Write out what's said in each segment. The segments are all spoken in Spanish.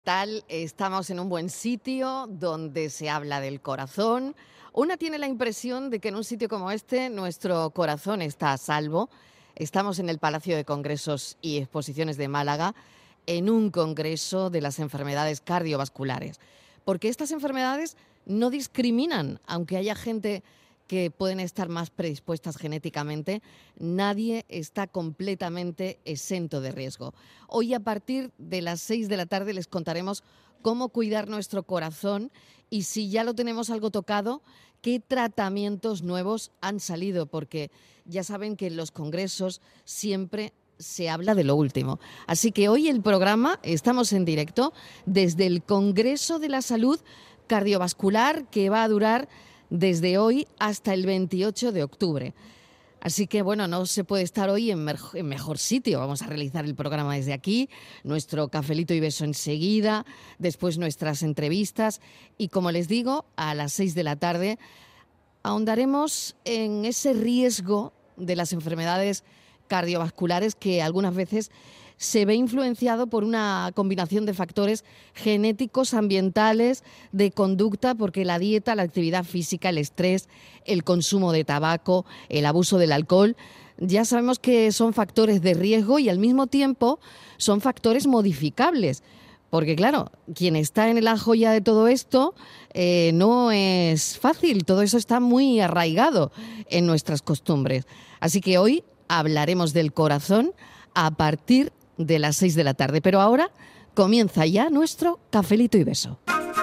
Tal, estamos en un buen sitio donde se habla del corazón. Una tiene la impresión de que en un sitio como este nuestro corazón está a salvo. Estamos en el Palacio de Congresos y Exposiciones de Málaga, en un congreso de las enfermedades cardiovasculares. Porque estas enfermedades no discriminan, aunque haya gente que pueden estar más predispuestas genéticamente, nadie está completamente exento de riesgo. Hoy a partir de las 6 de la tarde les contaremos cómo cuidar nuestro corazón y si ya lo tenemos algo tocado, qué tratamientos nuevos han salido, porque ya saben que en los congresos siempre se habla de lo último. Así que hoy el programa, estamos en directo desde el Congreso de la Salud Cardiovascular, que va a durar desde hoy hasta el 28 de octubre. Así que, bueno, no se puede estar hoy en mejor sitio. Vamos a realizar el programa desde aquí, nuestro cafelito y beso enseguida, después nuestras entrevistas y, como les digo, a las 6 de la tarde ahondaremos en ese riesgo de las enfermedades cardiovasculares que algunas veces se ve influenciado por una combinación de factores genéticos, ambientales, de conducta, porque la dieta, la actividad física, el estrés, el consumo de tabaco, el abuso del alcohol, ya sabemos que son factores de riesgo y al mismo tiempo son factores modificables. Porque claro, quien está en la joya de todo esto no es fácil, todo eso está muy arraigado en nuestras costumbres. Así que hoy hablaremos del corazón a partir de las 6 de la tarde. Pero ahora comienza ya nuestro cafelito y beso.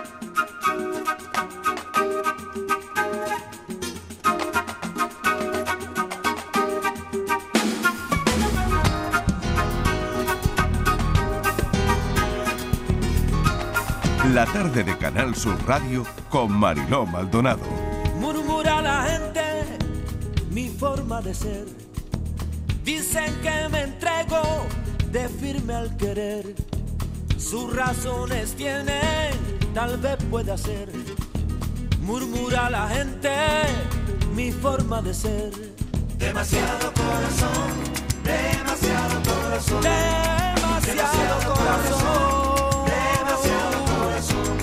La tarde de Canal Sur Radio con Mariló Maldonado. Murmura la gente mi forma de ser. Dicen que me entrego de firme al querer. Sus razones tienen, tal vez pueda ser. Murmura la gente mi forma de ser. Demasiado corazón, demasiado corazón, demasiado corazón, demasiado corazón.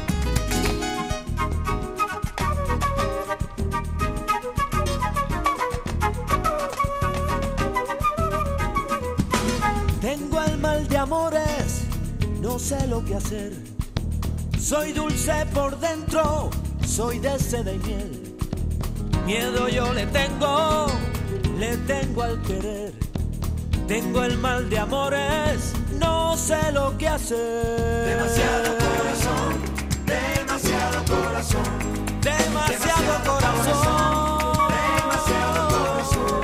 Tengo el mal de amores, no sé lo que hacer. Soy dulce por dentro, soy de seda y miel. Miedo yo le tengo al querer. Tengo el mal de amores, no sé lo que hacer. Demasiado corazón, demasiado corazón, demasiado corazón, demasiado corazón.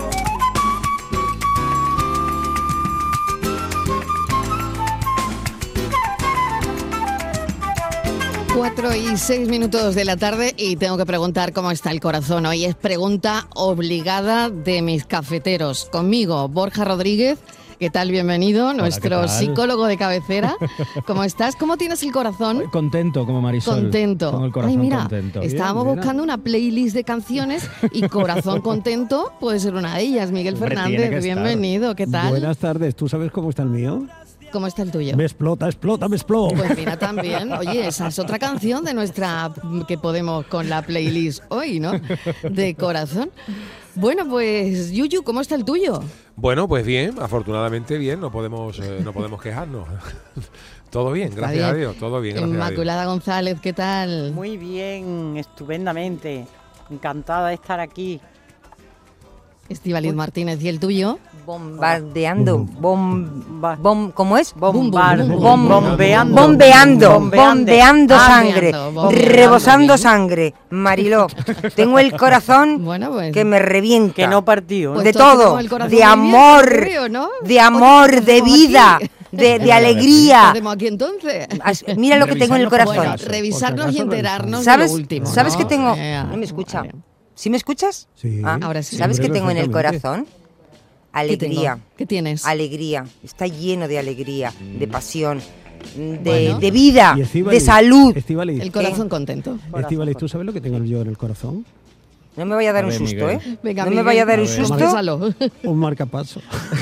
4:06 de la tarde y tengo que preguntar cómo está el corazón. Hoy es pregunta obligada de mis cafeteros. Conmigo, Borja Rodríguez. ¿Qué tal? Bienvenido, nuestro psicólogo de cabecera. ¿Cómo estás? ¿Cómo tienes el corazón? Contento, como Marisol. Contento. Con el corazón Ay, mira, contento. Estábamos Bien, buscando una playlist de canciones y Corazón Contento puede ser una de ellas. Miguel Hombre, Fernández, tiene que bienvenido. ¿Qué tal? Buenas tardes. ¿Tú sabes cómo está el mío? ¿Cómo está el tuyo? Me explota, me exploto. Pues mira, también. Oye, esa es otra canción de nuestra que podemos con la playlist hoy, ¿no? De corazón. Bueno, pues Yuyu, ¿cómo está el tuyo? Bueno, pues bien, afortunadamente bien, no podemos quejarnos. Todo bien, gracias a Dios, todo bien, gracias Inmaculada a Dios. González, ¿qué tal? Muy bien, estupendamente. Encantada de estar aquí. Estíbaliz Martínez, ¿y el tuyo? Bombardeando, ¿cómo es? Bombeando sangre, rebosando sangre. Mariló, tengo el corazón Bueno, pues, que me revienta. Que no partió, pues de todos todo, tenemos el corazón de muy bien, amor, creo, ¿no? de amor, Oye, de ¿estamos vida, aquí? de alegría. ¿Qué hacemos aquí entonces? Mira lo que tengo en el corazón. Bueno, revisarnos y enterarnos ¿Sabes? de lo último. ¿Sabes ¿no? qué tengo? Vale. No me escucha. ¿Sí me escuchas? Sí. Ahora sí. ¿Sabes qué Hombre, tengo en el perfectamente. corazón? ¿Qué Alegría. tengo? ¿Qué tienes? Alegría. Está lleno de alegría, de pasión, Bueno. de vida, Y Estíbaliz, de salud. Estíbaliz, El corazón contento. Estíbaliz, ¿tú sabes lo que tengo yo en el corazón? No me vaya a dar un ver, susto, Miguel. ¿eh? Venga, No me Miguel, vaya a dar un a ver. susto. confiésalo. Un marcapaso.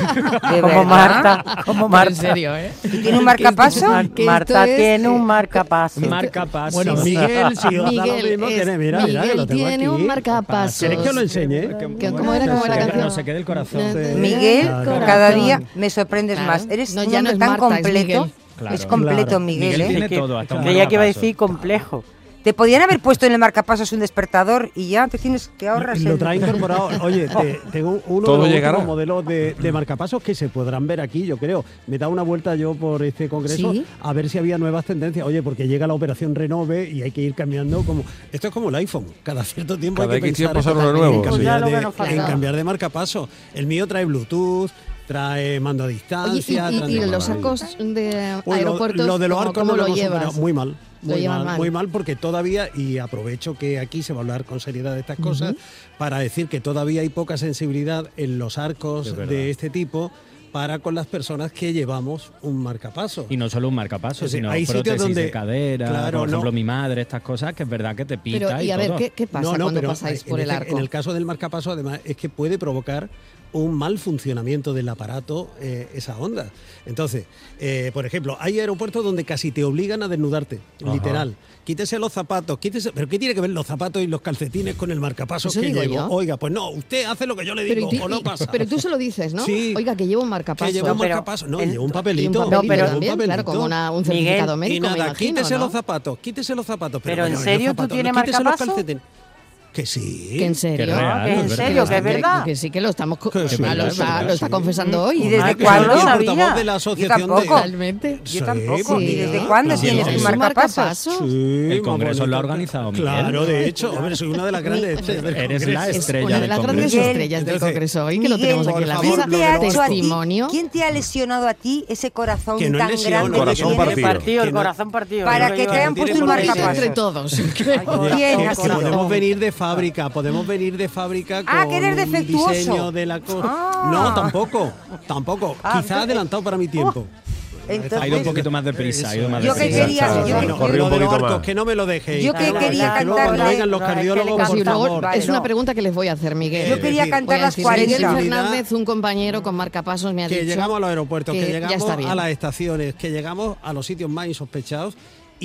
De Como verdad. Marta, como En Marta. serio, ¿eh? ¿Tú tienes un marcapaso? Que esto Marta es, tiene un marcapaso. Marcapasos. Bueno, Miguel, si os da lo Miguel mismo, es- tiene, mira, que Miguel lo tengo tiene aquí. un marcapasos. ¿Queréis que os lo enseñe? ¿Cómo era la canción? No se quede el corazón. Miguel, Claro. cada día me sorprendes Claro. más. Eres No, un ya no hombre es tan Marta, es completo. Miguel. Claro. Es completo, Claro. Miguel, Miguel ¿eh? tiene Que- todo, hasta un Creía que iba a marcapasos. decir complejo. Te podían haber puesto en el marcapasos un despertador y ya te ahorras Lo el- trae incorporado. Oye, tengo uno Todo de los llegará. últimos modelos de marcapasos que se podrán ver aquí, yo creo. Me he dado una vuelta yo por este congreso ¿Sí? a ver si había nuevas tendencias. Oye, porque llega la operación Renove y hay que ir cambiando como... Esto es como el iPhone. Cada cierto tiempo Cada hay que X tiempo pensar sale uno en nuevo. Pues ya cambiar, lo que de, nos falta. en cambiar de marcapasos. El mío trae Bluetooth, trae mando a Oye, distancia... y trae- los arcos de Uy, aeropuertos, lo de los arcos ¿cómo no lo hemos llevas? superado. Muy mal. Lo llevan mal. Muy mal porque todavía, y aprovecho que aquí se va a hablar con seriedad de estas cosas, para decir que todavía hay poca sensibilidad en los arcos Es verdad. de este tipo para con las personas que llevamos un marcapaso. Y no solo un marcapasos, Es decir, sino hay sitios prótesis donde- de cadera, claro, por ejemplo, no. mi madre, estas cosas que es verdad que te pita Pero, y y a ver, todo. ¿qué pasa cuando pero pasáis por el arco? En el caso del marcapaso, además, es que puede provocar un mal funcionamiento del aparato esa onda. Entonces, por ejemplo, hay aeropuertos donde casi te obligan a desnudarte, literal. Quítese los zapatos, ¿pero qué tiene que ver los zapatos y los calcetines con el marcapasos Eso que digo llevo? yo. Oiga, pues no, usted hace lo que yo le Pero, digo, y tú- o no y- pasa. pero tú se lo dices, ¿no? Sí. Oiga, que llevo un marcapaso. Que lleva un pero marcapaso. No, el- lleva un Y papelito. un papelito pero- también, claro, como un certificado Miguel, médico, Y me nada, imagino, quítese ¿no? los zapatos, quítese los zapatos. Pero, ¿en los serio zapatos, tú tienes no, quítese los marcapaso? calcetines. Que sí. ¿Que en serio? Que es real, Que en es verdad. serio, que es verdad. Que sí, que lo estamos... Que sí, lo, es está, verdad, lo está sí. confesando hoy. ¿Y desde Ah, que cuándo? yo no El sabía. portavoz de la Yo asociación de... tampoco. Realmente. Yo tampoco. pues ¿Y desde mira, cuándo sí, tienes es tu un marcapasos? marcapaso. Sí, El más congreso bonito lo ha que- organizado Miguel. Claro, de hecho, hombre, soy una de las grandes estrellas del Eres la Congreso. Es estrella una de del las grandes Congreso. estrellas del Entonces, Congreso hoy, que lo Miguel, tenemos aquí en la por ¿Quién mesa. favor, te ha hecho a ti? Testimonio. ¿Quién te ha lesionado a ti ese corazón Que no es tan lesión, grande corazón que tienes? partido. El Que no- corazón partido. Para Yo que lo te llevo. hayan tiene puesto un por qué Entre marcapasos. todos. ¿Quién Que ha sido? podemos venir de fábrica, podemos venir de fábrica con Ah, que eres un defectuoso. diseño de la cosa. Ah. No, tampoco. Ah, Quizá adelantado para mi tiempo. Entonces, Ha ido un poquito más deprisa, ha ido más Yo que deprisa. quería- chaval. yo que- Bueno, corrió lo un de los poquito arcos, más. que no me lo dejéis. Yo que quería que luego cuando cantarle- vengan los No, es que le cardiólogos, canta- por Y luego favor. es una no. pregunta que les voy a hacer, Miguel. Yo quería decir, cantar Voy a las decir, Miguel 40. Fernández, un compañero con marcapasos, me ha Que dicho llegamos a los aeropuertos, que ya llegamos está bien. a las estaciones, que llegamos a los sitios más insospechados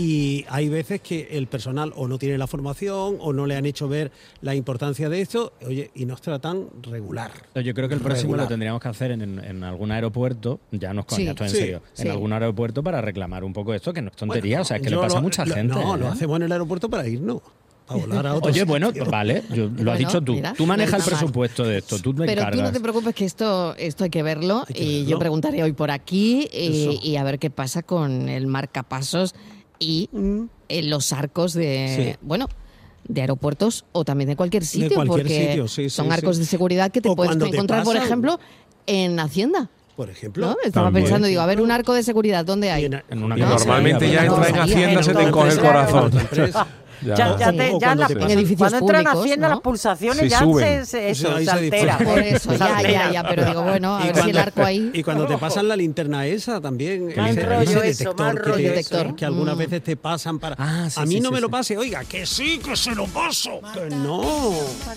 y hay veces que el personal o no tiene la formación o no le han hecho ver la importancia de esto, oye, y nos tratan regular. Yo creo que el próximo Regular. lo tendríamos que hacer en algún aeropuerto, ya no es coña, Sí, esto en sí, serio, sí. en algún aeropuerto para reclamar un poco esto, que no es tontería, Bueno, o sea, es que le yo pasa a lo- mucha lo- gente. No, lo ¿eh? hacemos en el aeropuerto para irnos, para volar a otros Oye, bueno, sitios. vale, lo has Bueno, dicho tú. mira, Tú manejas no el está mal. presupuesto de esto, tú me Pero tú no encargas. te preocupes que esto hay que verlo Hay que y verlo. yo preguntaré hoy por aquí Eso. y a ver qué pasa con el marcapasos y los arcos de, Sí. bueno, de aeropuertos o también de cualquier sitio, cualquier porque sitio, sí, son sí, arcos sí. de seguridad que te O puedes cuando te encontrar, por pasan. ejemplo, en Hacienda. Por ejemplo. ¿No? Estaba También. pensando, digo, a ver, un arco de seguridad, ¿dónde hay? En una Y casa. normalmente Sí, ya bueno, entra en salía, Hacienda, en se te otra encoge el empresa, corazón. Ya, O ya cuando la- te pasan. En edificios cuando entran públicos, Hacienda ¿no? las pulsaciones Sí, ya suben. se Eso ahí se altera. dispara. Por eso, Se ya, altera. pero digo, bueno, a ver si el arco ahí... Y cuando te pasan la linterna esa también, Mal ese rollo detector eso, mal que, rollo te- eso. que algunas veces te pasan para... Ah, sí, a mí sí, no sí, me lo sí. pase, oiga, que sí, que se lo paso. Que no.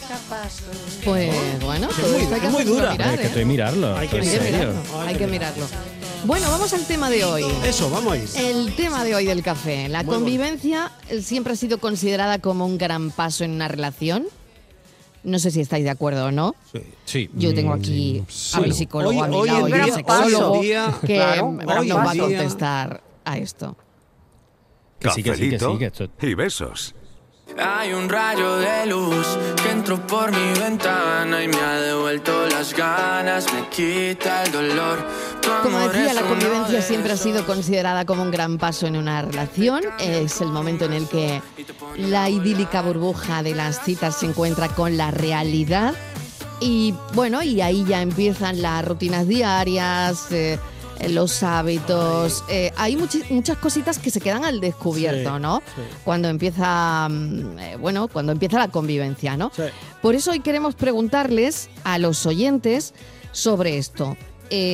Pues bueno, Es todo muy- esto hay que es muy hacerlo dura. mirar, Hay que ¿eh? estoy mirarlo. Hay que en Hay que serio. mirarlo, hay que mirarlo. Bueno, vamos al tema de hoy. Eso, vamos a ir. El tema de hoy del café. La Muy convivencia siempre ha sido considerada como un gran paso en una relación. No sé si estáis de acuerdo o no. Sí. Sí. Yo tengo aquí a mi psicólogo a mi Hoy lado en y a mi día- sexólogo hoy en día, que claro, nos hoy en va a día- contestar a esto. Que sí, que sí, que sí, que esto... y besos. Hay un rayo de luz que entró por mi ventana y me ha devuelto las ganas, me quita el dolor. Tu Como amor decía, es la uno convivencia de siempre ha esos. sido considerada como un gran paso en una relación. Es el momento en el que la idílica burbuja de las citas se encuentra con la realidad. Y bueno, y ahí ya empiezan las rutinas diarias, los hábitos. Hay muchas cositas que se quedan al descubierto, Sí, ¿no? sí. Cuando empieza, cuando empieza la convivencia, ¿no? Sí. Por eso hoy queremos preguntarles a los oyentes sobre esto.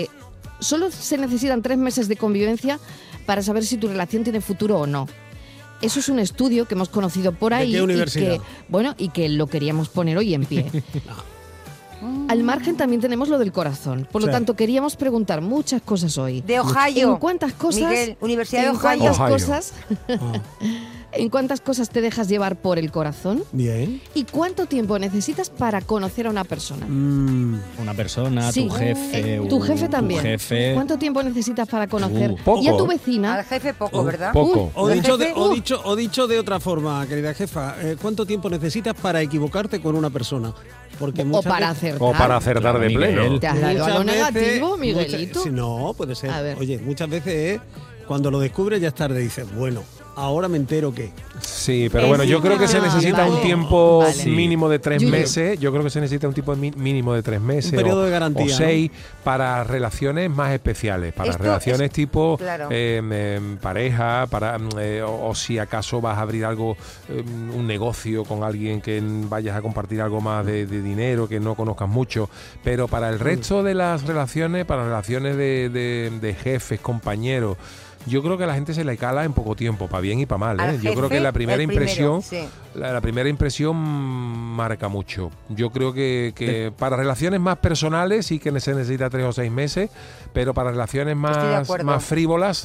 ¿Solo se necesitan 3 meses de convivencia para saber si tu relación tiene futuro o no? Eso es un estudio que hemos conocido por ahí. ¿De qué universidad? Y que lo queríamos poner hoy en pie. Al margen también tenemos lo del corazón. Por lo tanto, queríamos preguntar muchas cosas hoy. De Ohio. ¿En cuántas cosas? Miguel, Universidad de ¿En Ohio. cuántas cosas? ¿En cuántas cosas te dejas llevar por el corazón? Bien. ¿Y cuánto tiempo necesitas para conocer a una persona? Una persona, Sí. tu jefe. Tu jefe también. Tu jefe. ¿Cuánto tiempo necesitas para conocer? Poco. Y a tu vecina. Al jefe poco, ¿verdad? Poco. O ¿El dicho, jefe? o dicho de otra forma, querida jefa, ¿cuánto tiempo necesitas para equivocarte con una persona? Porque O muchas para veces- acertar. O para acertar de Miguel. pleno. ¿Te has dado a lo muchas negativo, veces- Miguelito? sí, no, puede ser. A ver. Oye, muchas veces es cuando lo descubres ya es tarde. Dices, bueno, ahora me entero que... Sí, pero bueno, yo creo que se necesita vale. un tiempo Vale. mínimo de 3 Julio. meses. Yo creo que se necesita un tipo mínimo de 3 meses. Un periodo o, de garantía, o ¿no? 6 para relaciones más especiales. Para Esto relaciones es- tipo claro. pareja, o si acaso vas a abrir algo, un negocio con alguien que vayas a compartir algo más de dinero, que no conozcas mucho. Pero para el resto de las relaciones, para relaciones de jefes, compañeros, yo creo que a la gente se le cala en poco tiempo, para bien y para mal. Al Yo creo jefe, que la primera el primero, impresión, sí. la primera impresión marca mucho. Yo creo que para relaciones más personales sí que se necesita 3 o 6 meses, pero para relaciones Estoy de más, acuerdo. más frívolas,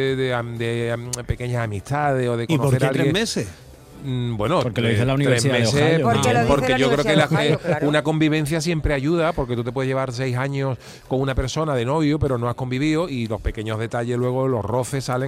de pequeñas amistades o de ¿Y por conocer qué a 3 alguien. meses? Bueno, Porque lo dice la 3 Universidad de meses, Ohio. Porque lo dice porque la yo creo que Universidad de Ohio, claro. una convivencia siempre ayuda, porque tú te puedes llevar 6 años con una persona de novio, pero no has convivido, y los pequeños detalles luego, los roces salen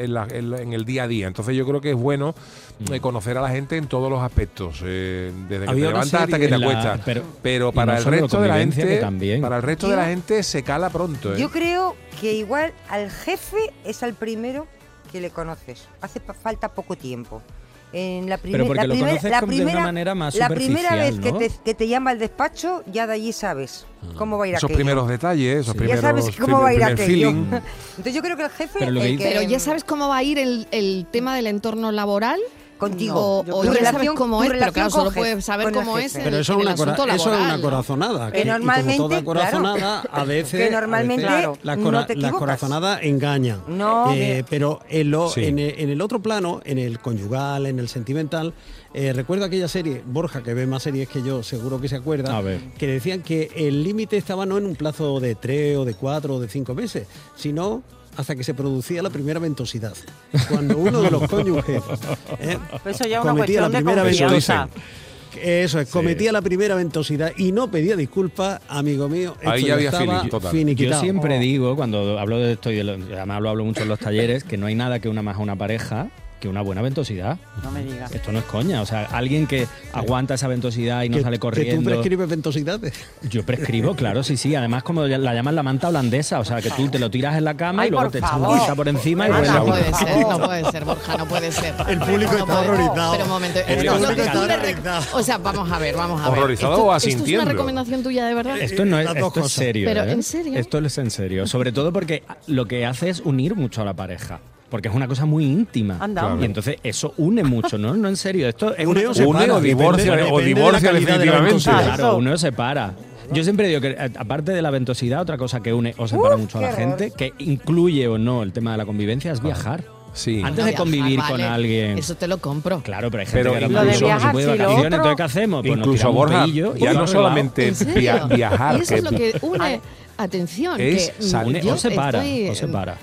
en el día a día. Entonces yo creo que es bueno conocer a la gente en todos los aspectos, desde que te Había una levantas hasta que te en la- acuestas. Pero y para no el solo resto de la convivencia, gente, que también. para el resto de la gente se cala pronto. Yo creo que igual al jefe es al primero que le conoces. Hace falta poco tiempo. En la Pero porque lo conoces de una manera más la primera vez superficial, ¿no? que te llama al despacho, ya de allí sabes cómo va a ir Esos aquello. primeros detalles, esos Sí. primeros Ya sabes cómo va a ir primer aquello. feeling. Entonces yo creo que el jefe... Pero lo que el dice- Pero ya sabes cómo va a ir el tema del entorno laboral. Contigo. O Tu ya sabes relación- cómo tu es, pero relación claro, con solo jefe, puedes saber con el cómo es jefe. en, Pero eso en es el una, asunto eso es laboral. una ¿no? corazonada. Que y normalmente, como toda corazonada, claro, a veces, que normalmente las, no te las equivocas. corazonadas engañan. No. Pero Sí. en el otro plano, en el conyugal, en el sentimental, recuerdo aquella serie, Borja, que ve más series que yo, seguro que se acuerda, A ver. que decían que el límite estaba no en un plazo de 3 o de 4 o de 5 meses, sino hasta que se producía la primera ventosidad. Cuando uno de los cónyuges Pues eso ya es una cometía la cuestión de primera confianza. ventosidad. Eso es, cometía la primera ventosidad y no pedía disculpas, amigo mío, esto Ahí ya había estaba feeling, total. Yo finiquitado. siempre digo, cuando hablo de esto, y además lo hablo mucho en los talleres, que no hay nada que una más a una pareja que una buena ventosidad. No me digas. Esto no es coña. O sea, alguien que aguanta esa ventosidad y no sale Que tú corriendo. prescribes ventosidades. Yo prescribo, claro, sí. Además, como la llaman la manta holandesa, o sea, que tú te lo tiras en la cama Ay, y luego por te echas favor. agüita por encima y No, huele a no agua. puede ser, no puede ser, Borja, no puede ser. El público No está puede- horrorizado. Pero un momento, El esto público no está tiene horrorizado. O sea, vamos a ver. Horrorizado ¿Esto, o ¿Esto es asintiendo? una recomendación tuya de verdad? Esto no es, Las dos esto es cosas. serio. Pero, ¿eh? ¿en serio? Esto es en serio. Sobre todo porque lo que hace es unir mucho a la pareja. Porque es una cosa muy íntima. Anda, Claro. hombre. Y entonces eso une mucho, ¿no? No, en serio. Esto es Une una o cosa- separa, o divorcia, depende- o depende de la divorcia calidad de la definitivamente. ventosidad. Claro, Eso. uno se separa. Yo siempre digo que, aparte de la ventosidad, otra cosa que une o separa mucho a la qué horror. gente, que incluye o no el tema de la convivencia, es viajar. Sí. Antes de Viajar, convivir vale, con alguien. Eso te lo compro. Claro, pero hay gente Pero que incluso- no Lo de viajar, se puede de sí, lo vacaciones, otro- entonces ¿qué hacemos? Pues nos Incluso tiramos un Borja, pelillo y ya no arreglado. solamente ¿En serio? viajar, Y eso es lo que une. Atención, es que salir- yo o separa, estoy, o separa.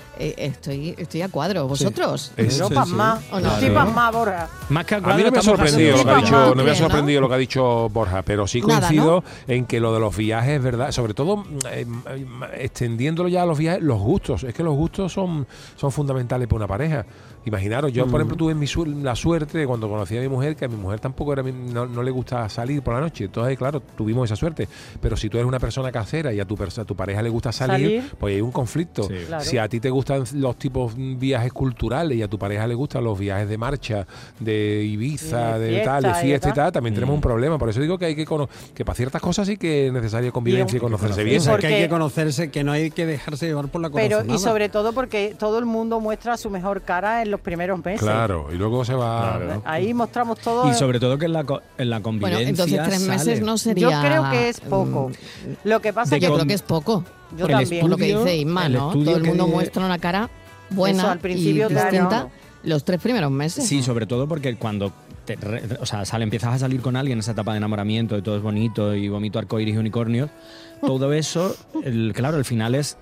Estoy a cuadro. ¿Vosotros? Es- Yo sí, pasma. ¿O no? Estoy pasma, Borja. Más que a A mí cuadro, no me ha estamos sorprendido lo que ha casi- dicho, no me ha Bien, ¿no? sorprendido lo que ha dicho Borja, pero sí Nada, coincido en que lo de los viajes, ¿verdad? Sobre todo extendiéndolo ya a los viajes, los gustos. Es que los gustos son fundamentales para una pareja. Imaginaros, yo por ejemplo tuve la suerte de cuando conocí a mi mujer, que a mi mujer tampoco era no le gusta salir por la noche. Entonces, claro, tuvimos esa suerte. Pero si tú eres una persona casera y a tu pareja le gusta salir, pues hay un conflicto. Sí. Claro. Si a ti te gustan los tipos viajes culturales y a tu pareja le gustan los viajes de marcha, de Ibiza, Y de de tal, de fiesta y fiesta y tal. tal, también tenemos un problema. Por eso digo que hay que para ciertas cosas sí que es necesaria convivencia y conocerse bien. O sea, que hay Porque- que conocerse, que no hay que dejarse llevar por la Pero, corazonada. y sobre todo porque todo el mundo muestra su mejor cara en los primeros meses. Claro, y luego se va. Claro. Ahí mostramos todo. Y sobre todo que en la convivencia Bueno, entonces 3 meses sale. no sería... Yo creo que es poco. Lo que pasa es Yo que creo que es poco. yo el también. Por lo que estudio- dice Inma, el ¿no? estudio Todo el mundo que- muestra una cara buena Eso, al principio, y distinta. claro. Los 3 primeros meses. Sí, sobre todo porque cuando empiezas a salir con alguien en esa etapa de enamoramiento y todo es bonito y vomito arcoíris y unicornios, todo eso, claro, al final es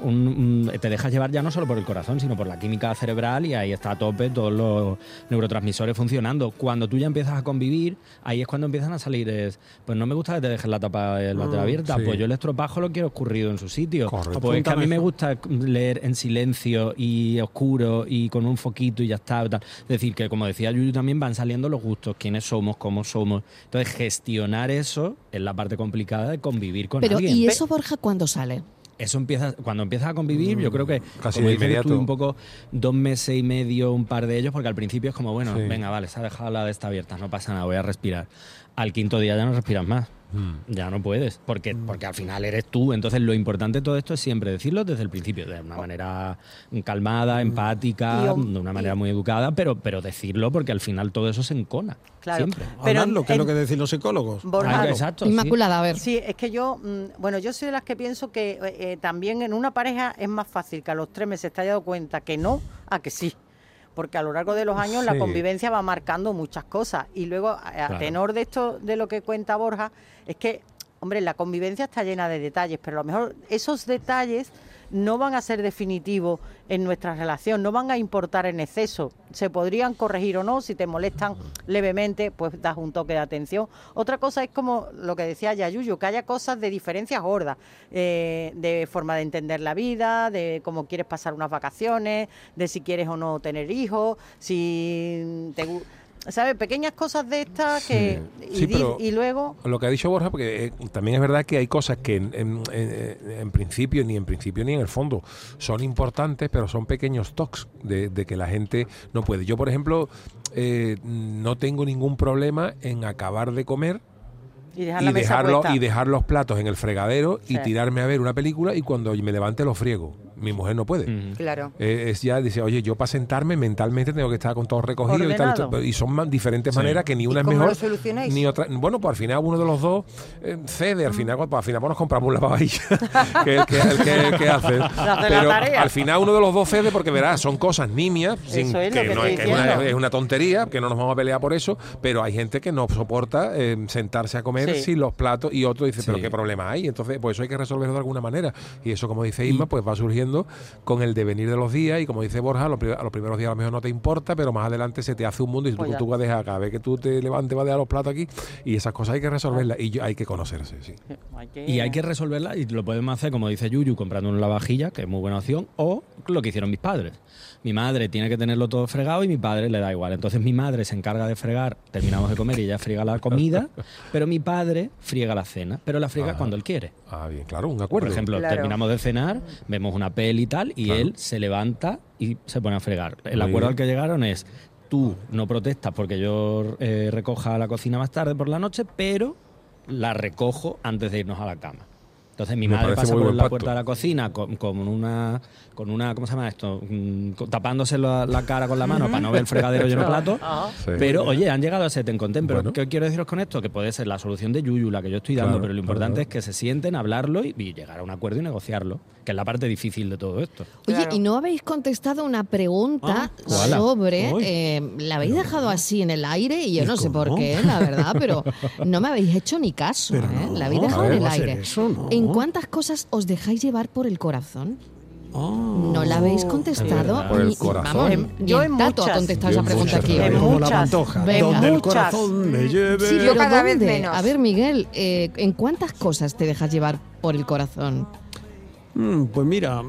te dejas llevar ya no solo por el corazón, sino por la química cerebral, y ahí está a tope todos los neurotransmisores funcionando. Cuando tú ya empiezas a convivir, ahí es cuando empiezan a salir pues no me gusta que te dejes la tapa del váter abierta, sí. Pues yo el estropajo lo quiero escurrido en su sitio. Correcto. Pues es que a mí me gusta leer en silencio y oscuro y con un foquito y ya está, tal. Es decir, que como decía Yuyu, también van saliendo los gustos, quiénes somos, cómo somos. Entonces gestionar eso es la parte complicada de convivir con alguien. ¿Y eso, Borja, cuándo sale? Eso cuando empiezas a convivir, yo creo que casi como de dices inmediato. tú, un poco 2 meses y medio, un par de ellos, porque al principio es como, bueno, Sí. venga, vale, se ha dejado la de esta abierta, no pasa nada, voy a respirar. Al 5.º día ya no respiras más. Ya no puedes, porque al final eres tú. Entonces lo importante de todo esto es siempre decirlo desde el principio, de una manera calmada, empática, de una manera muy educada, pero decirlo, porque al final todo eso se encona. Claro. Siempre. Pero Hablarlo, que es lo que decían los psicólogos. Borja, Exacto. sí. Inmaculada, a ver. Sí, es que yo soy de las que pienso que también en una pareja es más fácil que a los 3 meses te haya dado cuenta que no, a que sí. Porque a lo largo de los años la Sí. convivencia va marcando muchas cosas. Y luego, a tenor de esto, de lo que cuenta Borja, es que, hombre, la convivencia está llena de detalles, pero a lo mejor esos detalles no van a ser definitivos en nuestra relación, no van a importar en exceso. Se podrían corregir o no, si te molestan levemente, pues das un toque de atención. Otra cosa es como lo que decía Yayuyo, que haya cosas de diferencias gordas, de forma de entender la vida, de cómo quieres pasar unas vacaciones, de si quieres o no tener hijos, si te ¿sabes? Pequeñas cosas de estas que y luego lo que ha dicho Borja, porque también es verdad que hay cosas que en principio ni en el fondo son importantes, pero son pequeños tocs de que la gente no puede. Yo, por ejemplo, no tengo ningún problema en acabar de comer y dejar los platos en el fregadero y tirarme a ver una película, y cuando me levante los friego. Mi mujer no puede. Claro. Ya dice, oye, yo para sentarme mentalmente tengo que estar con todo recogido ordenado. y tal. Y son diferentes maneras que ni una es cómo mejor lo solucionáis? ni otra. Bueno, pues al final uno de los dos cede. Al final pues nos compramos un lavavajillas que hace. Pero al final uno de los dos cede, porque verás, son cosas nimias, es una tontería, que no nos vamos a pelear por eso, pero hay gente que no soporta sentarse a comer sin los platos, y otro dice, pero qué problema hay. Entonces, pues eso hay que resolverlo de alguna manera. Y eso, como dice Isma, pues va surgiendo con el devenir de los días, y como dice Borja, a los primeros días a lo mejor no te importa, pero más adelante se te hace un mundo, y tú vas a dejar, cada vez que tú te levantes vas a dejar los platos aquí, y esas cosas hay que resolverlas, y hay que conocerse, sí. Y hay que resolverlas, y lo podemos hacer, como dice Yuyu, comprando una lavavajilla, que es muy buena opción, o lo que hicieron mis padres. Mi madre tiene que tenerlo todo fregado y mi padre le da igual. Entonces mi madre se encarga de fregar, terminamos de comer y ella friega la comida, pero mi padre friega la cena, pero la friega cuando él quiere. Bien, claro, un acuerdo. Por ejemplo, terminamos de cenar, vemos una peli y tal, y él se levanta y se pone a fregar. El acuerdo al que llegaron es: tú no protestas porque yo recoja la cocina más tarde por la noche, pero la recojo antes de irnos a la cama. Entonces mi madre pasa por la puerta de la cocina con una ¿cómo se llama esto? Tapándose la cara con la mano para no ver el fregadero lleno de platos. Pero oye, han llegado a ese ten con ten. Pero ¿qué quiero deciros con esto? Que puede ser la solución de Yuyu, la que yo estoy dando, pero lo importante es que se sienten, hablarlo y llegar a un acuerdo y negociarlo, que es la parte difícil de todo esto. Oye, ¿y no habéis contestado una pregunta sobre... la habéis dejado así en el aire, y yo no sé por qué, la verdad, pero no me habéis hecho ni caso, la habéis dejado en el aire. ¿En cuántas cosas os dejáis llevar por el corazón? ¿No la habéis contestado? Por el corazón. Vamos, yo en Tato ha contestado esa pregunta aquí. Como la Pantoja. Venga. Donde el corazón me lleve. Sí, Yo pero cada vez ¿dónde? menos. A ver, Miguel, ¿en cuántas cosas te dejas llevar por el corazón? Pues mira,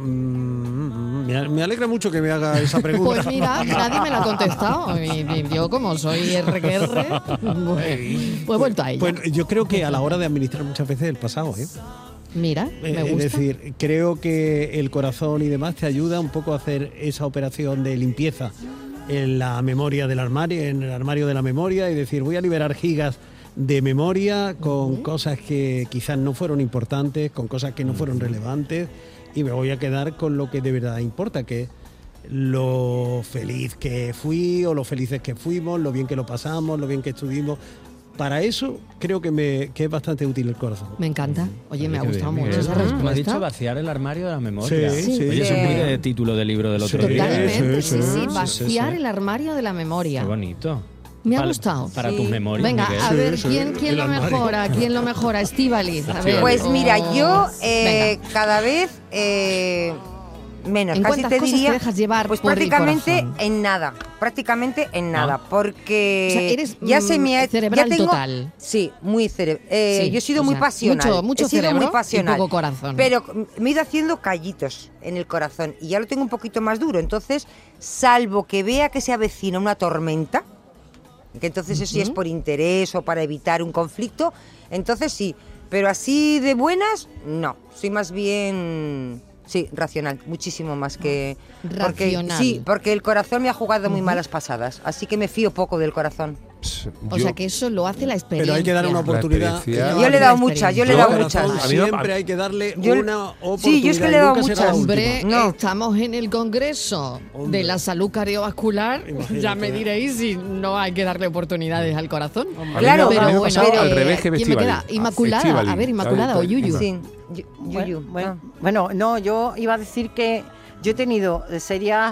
me alegra mucho que me haga esa pregunta. Pues mira, nadie me la ha contestado. Y yo, como soy RQR, pues he vuelto a ella. Pues yo creo que a la hora de administrar muchas veces el pasado, Mira, me gusta. Es decir, creo que el corazón y demás te ayuda un poco a hacer esa operación de limpieza en la memoria del armario, en el armario de la memoria, y decir, voy a liberar gigas de memoria con cosas que quizás no fueron importantes, con cosas que no fueron relevantes, y me voy a quedar con lo que de verdad importa, que es lo feliz que fui, o lo felices que fuimos, lo bien que lo pasamos, lo bien que estuvimos. para eso creo que es bastante útil el corazón. Me encanta. Oye, me ha gustado mucho Miguel. esa Me has respuesta. dicho vaciar el armario de la memoria. Sí, sí. Oye, eso es muy de título de libro del otro día. Totalmente, Sí, sí, sí, vaciar el armario de la memoria. Qué bonito. Me ha gustado. Para tus memorias, Venga, Miguel. a ver, Sí, ¿quién el lo armario. mejora? ¿Quién lo mejora? Estíbaliz, a ver. Pues mira, yo Venga. cada vez menos. ¿En Casi cuántas te cosas diría, te dejas llevar pues por el prácticamente corazón? en nada. Prácticamente en nada. Porque O sea, eres, ya se me ha, cerebral ya tengo, total. Sí, muy cerebral. Sí, yo he sido o muy sea, pasional. mucho he sido cerebro muy pasional. y poco corazón. Pero me he ido haciendo callitos en el corazón y ya lo tengo un poquito más duro. Entonces, salvo que vea que se avecina una tormenta, que entonces eso sí es por interés o para evitar un conflicto, entonces sí, pero así de buenas, no, soy más bien, sí, racional, muchísimo más que... Racional. Porque el corazón me ha jugado muy malas pasadas, así que me fío poco del corazón. O sea, que eso lo hace la experiencia. Pero hay que darle una oportunidad. experiencia. Yo le he dado muchas, yo le he dado Al muchas. corazón siempre hay que darle Yo- una oportunidad. sí, yo es que le he dado nunca será la muchas. Hombre, última. No. estamos en el Congreso Hombre. de la Salud Cardiovascular. Imagínate. Ya me diréis si no hay que darle oportunidades al corazón. Claro, pero a mí me ha bueno, pasado al revés que ¿quién me Estíbaliz. queda? Inmaculada. Estíbaliz. A ver, Inmaculada o Yuyu. Sí, Yuyu. Bueno, no, yo iba a decir que yo he tenido serias...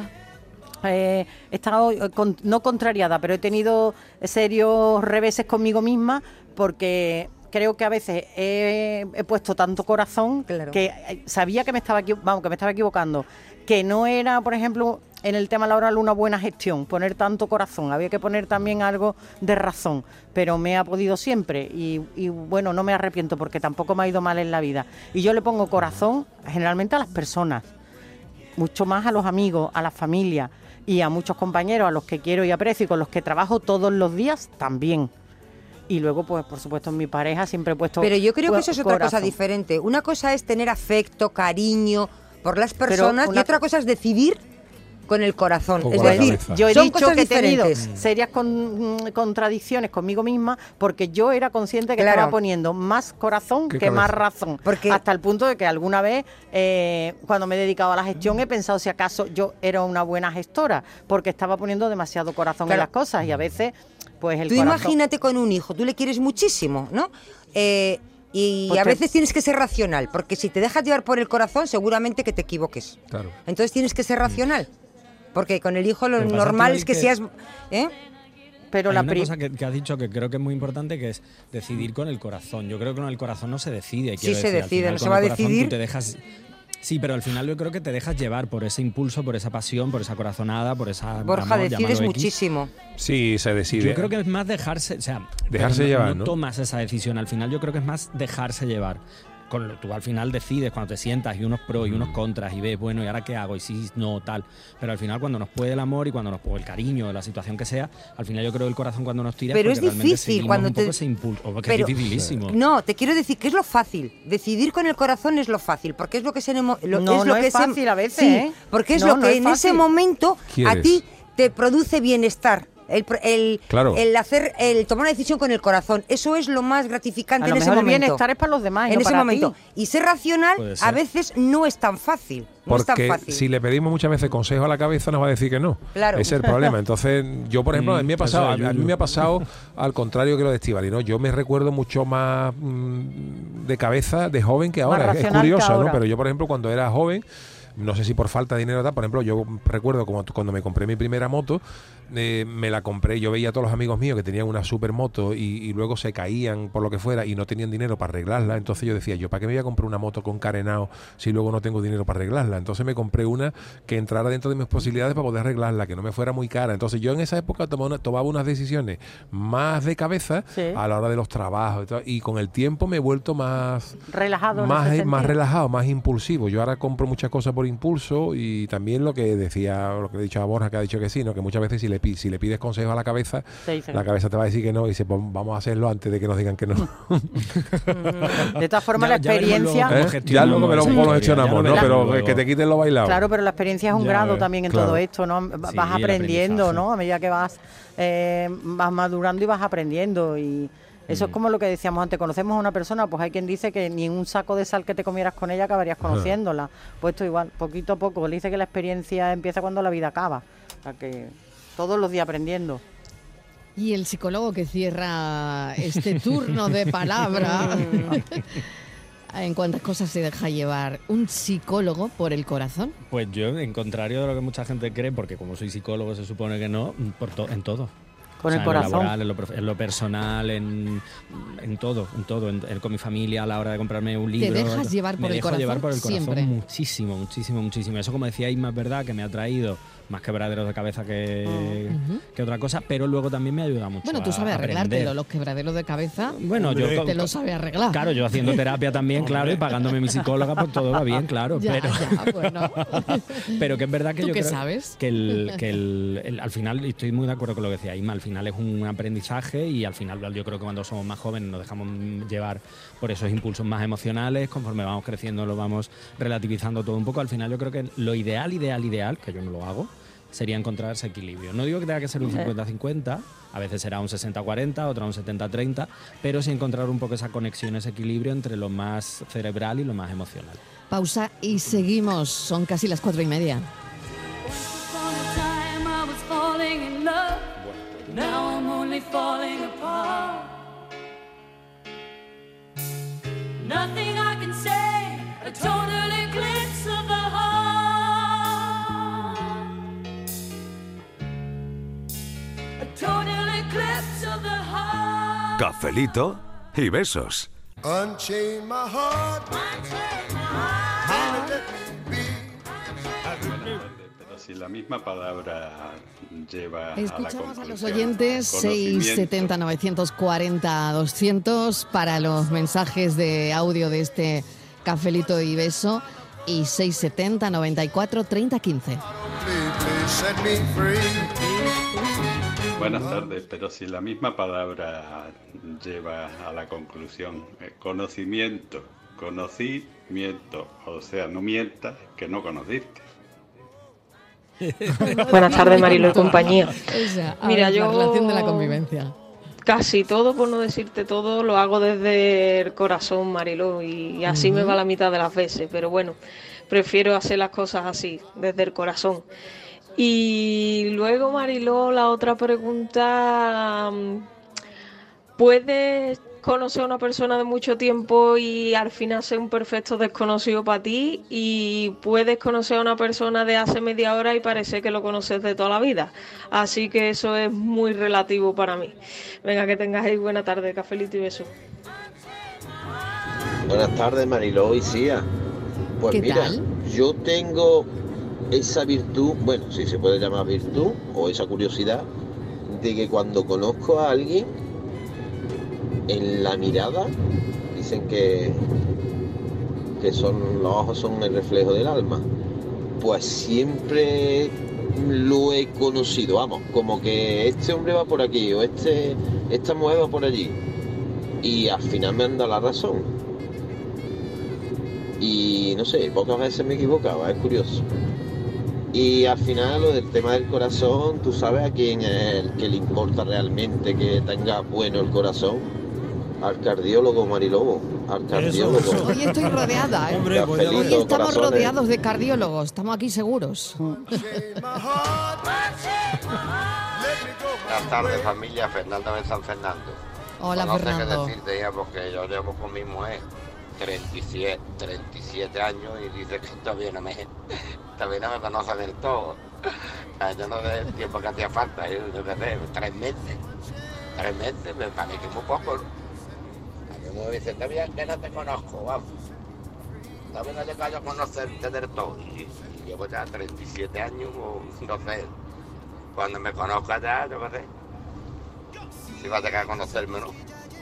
he estado no contrariada, pero he tenido serios reveses conmigo misma porque creo que a veces he puesto tanto corazón Claro. que sabía que me estaba equivocando, que no era, por ejemplo, en el tema laboral una buena gestión, poner tanto corazón, había que poner también algo de razón, pero me ha podido siempre y bueno, no me arrepiento porque tampoco me ha ido mal en la vida. Y yo le pongo corazón generalmente a las personas, mucho más a los amigos, a la familia y a muchos compañeros a los que quiero y aprecio y con los que trabajo todos los días también. Y luego, pues, por supuesto, en mi pareja siempre he puesto Pero yo creo que eso es otra cosa corazón. diferente. Una cosa es tener afecto, cariño por las personas y una- otra cosa es decidir con el corazón. Con Es la decir, cabeza. Yo he son dicho cosas que he tenido diferentes. serias contradicciones conmigo misma porque yo era consciente que Claro. estaba poniendo más corazón ¿Qué que más cabeza? razón. Porque- hasta el punto de que alguna vez, cuando me he dedicado a la gestión, he pensado si acaso yo era una buena gestora porque estaba poniendo demasiado corazón en Claro. las cosas y a veces, pues el Tú corazón... imagínate con un hijo, tú le quieres muchísimo, ¿no? Y Pues a te- veces tienes que ser racional, porque si te dejas llevar por el corazón, seguramente que te equivoques. Claro. Entonces tienes que ser racional. Porque con el hijo lo Lo que pasa, normal tío, es que que- seas... ¿eh? Pero Hay la una pri- cosa que has dicho que creo que es muy importante, que es decidir con el corazón. Yo creo que con el corazón no se decide. Sí quiero se decir. Al decide, final, no se con va a el corazón tú decidir. te dejas... Sí, pero al final yo creo que te dejas llevar por ese impulso, por esa pasión, por esa corazonada, por esa... Borja, amor, decides llámalo X. muchísimo. Sí, se decide. Yo creo que es más dejarse, o sea, Dejarse pero llevar, no ¿no? tomas esa decisión. Al final yo creo que es más dejarse llevar. Tú al final decides cuando te sientas y unos pros y unos contras y ves, bueno, ¿y ahora qué hago? Y sí, no, tal. Pero al final cuando nos puede el amor y cuando nos puede el cariño, la situación que sea, al final yo creo que el corazón cuando nos tira Pero porque es realmente difícil seguimos cuando un poco te- ese impulso. Porque Pero- es dificilísimo. No, te quiero decir que es lo fácil. Decidir con el corazón es lo fácil, porque es lo que se No, es no lo es que se- fácil a veces, sí, ¿eh? porque es No, lo no que es en ese fácil. momento a ¿Quieres? ti te produce bienestar. Claro. El tomar una decisión con el corazón, eso es lo más gratificante A lo en ese mejor el momento. bienestar es para los demás y En no ese para momento. ti. Y ser racional Puede a ser. veces no es tan fácil. No es tan Porque fácil. si le pedimos muchas veces consejo a la cabeza nos va a decir que no. Claro. Ese es el problema. Entonces, yo por ejemplo, a mí me ha pasado, eso es a mí me ha pasado al contrario que lo de Estíbaliz, ¿no? Yo me recuerdo mucho más de cabeza de joven que ahora. Es racional que curioso, ¿no? ahora. Pero yo, por ejemplo, cuando era joven, no sé si por falta de dinero o tal, por ejemplo, yo recuerdo como cuando me compré mi primera moto, me la compré, yo veía a todos los amigos míos que tenían una supermoto y luego se caían por lo que fuera y no tenían dinero para arreglarla, entonces yo decía, ¿yo para qué me voy a comprar una moto con carenado si luego no tengo dinero para arreglarla? Entonces me compré una que entrara dentro de mis posibilidades para poder arreglarla, que no me fuera muy cara. Entonces yo en esa época tomaba unas decisiones más de cabeza Sí. a la hora de los trabajos y, todo, y con el tiempo me he vuelto más Relajado en más, ese más sentido. relajado, más impulsivo. Yo ahora compro muchas cosas por impulso y también lo que decía, lo que he dicho a Borja, que ha dicho que sí, ¿no? Que muchas veces si le pides consejos a la cabeza, Te dicen la que cabeza te va a decir que no y dice, pues vamos a hacerlo antes de que nos digan que no. De todas formas, la Ya veremos luego experiencia... cómo ¿Eh? gestionamos Ya luego esa cómo lo historia, gestionamos, ya ¿no? veremos Pero luego. que te quiten lo bailado. Claro, pero la experiencia es un Ya grado ves, también en claro. todo esto, ¿no? Sí, Vas el aprendiendo, aprendizaje. ¿no? A medida que vas madurando y vas aprendiendo y eso es como lo que decíamos antes, conocemos a una persona, pues hay quien dice que ni un saco de sal que te comieras con ella acabarías conociéndola. Pues esto igual, poquito a poco, le dice que la experiencia empieza cuando la vida acaba, o sea que todos los días aprendiendo. Y el psicólogo que cierra este turno de palabra, ¿en cuántas cosas se deja llevar un psicólogo por el corazón? Pues yo, en contrario de lo que mucha gente cree, porque como soy psicólogo se supone que no, en todo. Con el corazón. En lo laboral, en lo personal, en todo, con mi familia a la hora de comprarme un libro. ¿Te dejas llevar por el corazón? Me dejo llevar por el corazón siempre. Muchísimo. Eso, como decía Isma, es verdad que me ha traído más quebraderos de cabeza que otra cosa, pero luego también me ayuda mucho. Bueno, tú sabes arreglártelo, los quebraderos de cabeza. Bueno, yo te lo sabes arreglar. Claro, yo haciendo terapia también, claro, y pagándome mi psicóloga, pues todo va bien, claro. Bueno. Pero que es verdad que ¿Tú yo qué creo sabes? que al final, y estoy muy de acuerdo con lo que decía Isma, al final es un aprendizaje y al final yo creo que cuando somos más jóvenes nos dejamos llevar por esos impulsos más emocionales, conforme vamos creciendo lo vamos relativizando todo un poco. Al final yo creo que lo ideal, que yo no lo hago, sería encontrar ese equilibrio. No digo que tenga que ser un 50-50, a veces será un 60-40, otra un 70-30, pero sí encontrar un poco esa conexión, ese equilibrio entre lo más cerebral y lo más emocional. Pausa y seguimos, son casi las 4:30. Nothing I can say, a total eclipse of the heart. A total eclipse of the heart. Cafelito y besos. Unchain my heart. Pero si la misma palabra lleva Escuchamos a los la oyentes 670 940 200 para los mensajes de audio de este cafelito y beso y 670 94 30 15. Buenas tardes, pero si la misma palabra lleva a la conclusión conocimiento, o sea, no mientas que no conociste. Buenas tardes, Marilo y compañía. Mira, yo la relación de la convivencia. Casi todo, por no decirte todo, lo hago desde el corazón, Marilo, y así me va la mitad de las veces, pero bueno, prefiero hacer las cosas así, desde el corazón. Y luego, Marilo, la otra pregunta, ¿puedes conocer a una persona de mucho tiempo y al final ser un perfecto desconocido para ti? Y puedes conocer a una persona de hace media hora y parece que lo conoces de toda la vida. Así que eso es muy relativo para mí. Venga, que tengáis buena tarde, cafelito y beso. Buenas tardes, Mariló y Sia. Pues ¿Qué mira, tal? yo tengo esa virtud, bueno, si se puede llamar virtud, o esa curiosidad, de que cuando conozco a alguien, en la mirada, dicen que los ojos son el reflejo del alma, pues siempre lo he conocido, vamos, como que este hombre va por aquí o esta mujer va por allí, y al final me han dado la razón. Y no sé, pocas veces me equivocaba, es curioso. Y al final lo del tema del corazón, ¿tú sabes a quién es el que le importa realmente que tenga bueno el corazón? Al cardiólogo, Marilobo, al cardiólogo. Eso. Hoy estoy rodeada, ¿eh? Hombre, Hoy estamos rodeados de cardiólogos, estamos aquí seguros. Buenas tardes, familia. Fernando de San Fernando. Hola, no Fernando. No sé qué decirte ya, porque yo llevo con mi mujer 37 años y dice que todavía no me conoce del todo. Yo no sé el tiempo que hacía falta, yo qué sé, 3 meses. 3 meses, me parece que es muy poco, ¿no? A mí me dice, todavía que no te conozco, vamos. Todavía no he llegado a conocerte del todo. Y llevo ya 37 años, o no sé. Cuando me conozca ya, yo qué sé. Si va a llegar a conocerme, ¿no?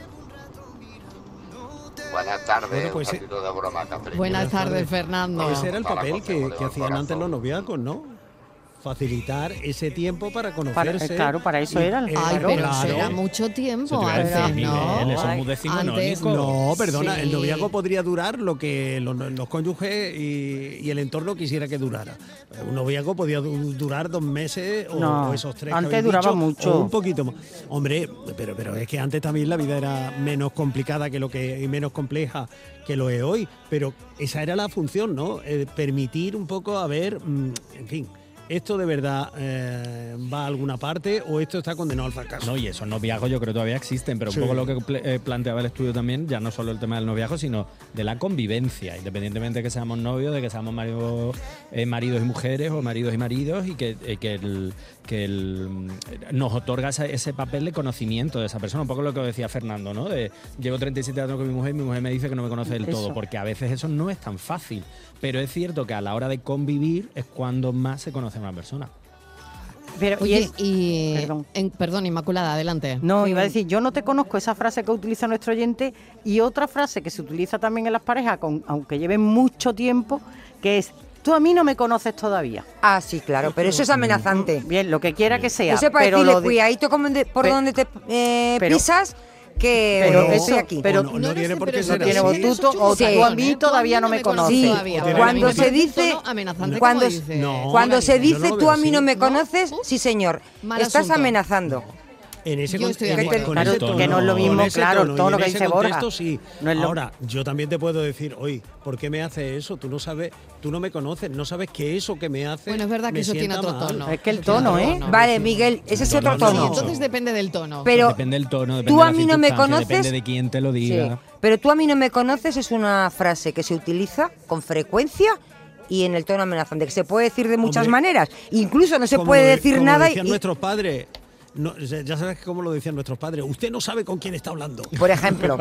Buenas tardes, Bueno, pues, un poquito de broma, Cafelito. Buenas tardes, Fernando. Ese era el papel que hacían antes los noviazgos, ¿no? Facilitar ese tiempo para conocerse. Claro, para eso eran. Ay, pero eso era mucho tiempo antes, ¿no? Eso es muy decimonónico. No, perdona, Sí. el noviazgo podría durar lo que los cónyuges y el entorno quisiera que durara. Un noviazgo podía durar 2 meses o esos 3 que antes habéis duraba dicho, mucho. o un poquito más. Hombre, pero es que antes también la vida era menos complicada y menos compleja que lo es hoy. Pero esa era la función, ¿no? Permitir un poco, en fin, ¿esto de verdad va a alguna parte o esto está condenado al fracaso? No, y esos noviazgos yo creo que todavía existen, pero Sí. un poco lo que planteaba el estudio también, ya no solo el tema del noviazgo, sino de la convivencia, independientemente de que seamos novios, de que seamos maridos y mujeres o maridos y maridos, y nos otorga ese papel de conocimiento de esa persona, un poco lo que decía Fernando, ¿no? De llevo 37 años con mi mujer me dice que no me conoce del todo, porque a veces eso no es tan fácil, pero es cierto que a la hora de convivir es cuando más se conoce a una persona. Pero, Oye, perdón, Inmaculada, adelante. No, iba a decir, yo no te conozco, esa frase que utiliza nuestro oyente, y otra frase que se utiliza también en las parejas, aunque lleven mucho tiempo, que es: tú a mí no me conoces todavía. Ah, sí, claro, pero eso es amenazante. Bien, lo que quiera que sea. Eso es para pero decirle, lo de- cuidadito por donde te pisas, que pero estoy aquí. pero no tiene por qué no ser tiene así. tú, o Sí. tú a mí todavía no me conoces. Sí, todavía, pero cuando a mí me se parece un dice, tono amenazante, cuando, como dice cuando se María. dice Yo no lo tú veo a mí no así. me conoces, sí señor, Mal estás asunto. amenazando. En ese Yo estoy de en- acuerdo. con Claro, ese que no es lo mismo, con ese claro, el tono y en que ese dice Borja. contexto, sí. No es lo- Ahora, yo también te puedo decir, oye, ¿por qué me haces eso? Tú no sabes, tú no me conoces, no sabes que eso que me hace. Bueno, es verdad que me eso tiene sienta otro mal. tono. Es que el Eso tiene tono, otro ¿eh? tono. Vale, Miguel, ese es otro Sí, tono. entonces depende del tono. Pero Depende del tono, depende tú de a la mí no me circunstancia, conoces. depende de quién te lo Sí, diga. pero tú a mí no me conoces es una frase que se utiliza con frecuencia y en el tono amenazante, que se puede decir de muchas Hombre, maneras. Incluso no se Como puede lo- decir como nada decían y, nuestros padres. No, ya sabes cómo lo decían nuestros padres. Usted no sabe con quién está hablando. por ejemplo,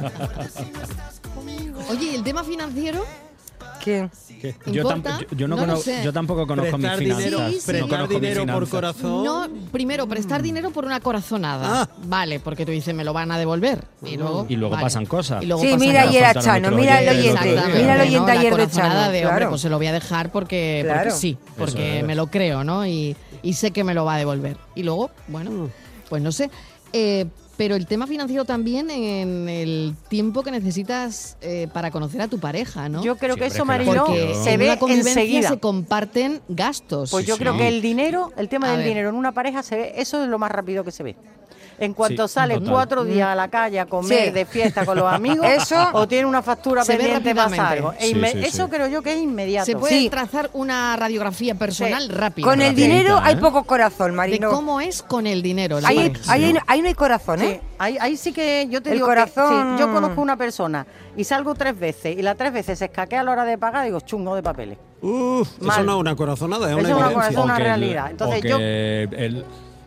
Oye, ¿y el tema financiero? ¿qué? Yo, ¿Importa? yo no No lo conozco- sé. yo tampoco conozco mis Prestar finanzas. dinero, Sí, sí. No prestar conozco mis dinero por finanzas. corazón. No, primero, prestar dinero por una corazonada. Ah. Vale, porque tú dices, me lo van a devolver. Y luego, Y pasan cosas. Y luego Sí, pasan mira cosas. ayer a Contaron Chano, nuestro mira el oyente el oyente, otro día. mira el ¿no? oyente La ayer de corazonada Chano. de, hombre, Claro. pues se lo voy a dejar porque Claro. sí, porque es. me lo creo, ¿no? Y sé que me lo va a devolver. Y luego, bueno, pues no sé. Pero el tema financiero también en el tiempo que necesitas para conocer a tu pareja, ¿no? Yo creo que eso, Siempre es que Mariló, Porque se en ve una convivencia enseguida. se comparten gastos. Pues yo Sí, creo sí. que el dinero, el tema A del ver. dinero en una pareja se ve, eso es lo más rápido que se ve. En cuanto Sí, sales total. 4 días a la calle a comer Sí. de fiesta con los amigos, Eso o tiene una factura se ve pendiente, pasa rápidamente. algo. Sí, sí, Eso sí. creo yo que es inmediato. Se puede Sí. trazar una radiografía personal Sí. rápida. Con el Rapidita, dinero hay ¿eh? poco corazón, de Marino. cómo es con el dinero. la Ahí, pareja. ahí no hay corazón, Sí, ¿eh? ahí sí que yo te El digo corazón- que, sí, yo conozco una persona y salgo 3 veces y las 3 veces se escaquea a la hora de pagar, digo, chungo de papeles. Eso Mal. no es una corazonada, es Eso una es una evidencia. corazón- O que realidad. Entonces, o que yo- él-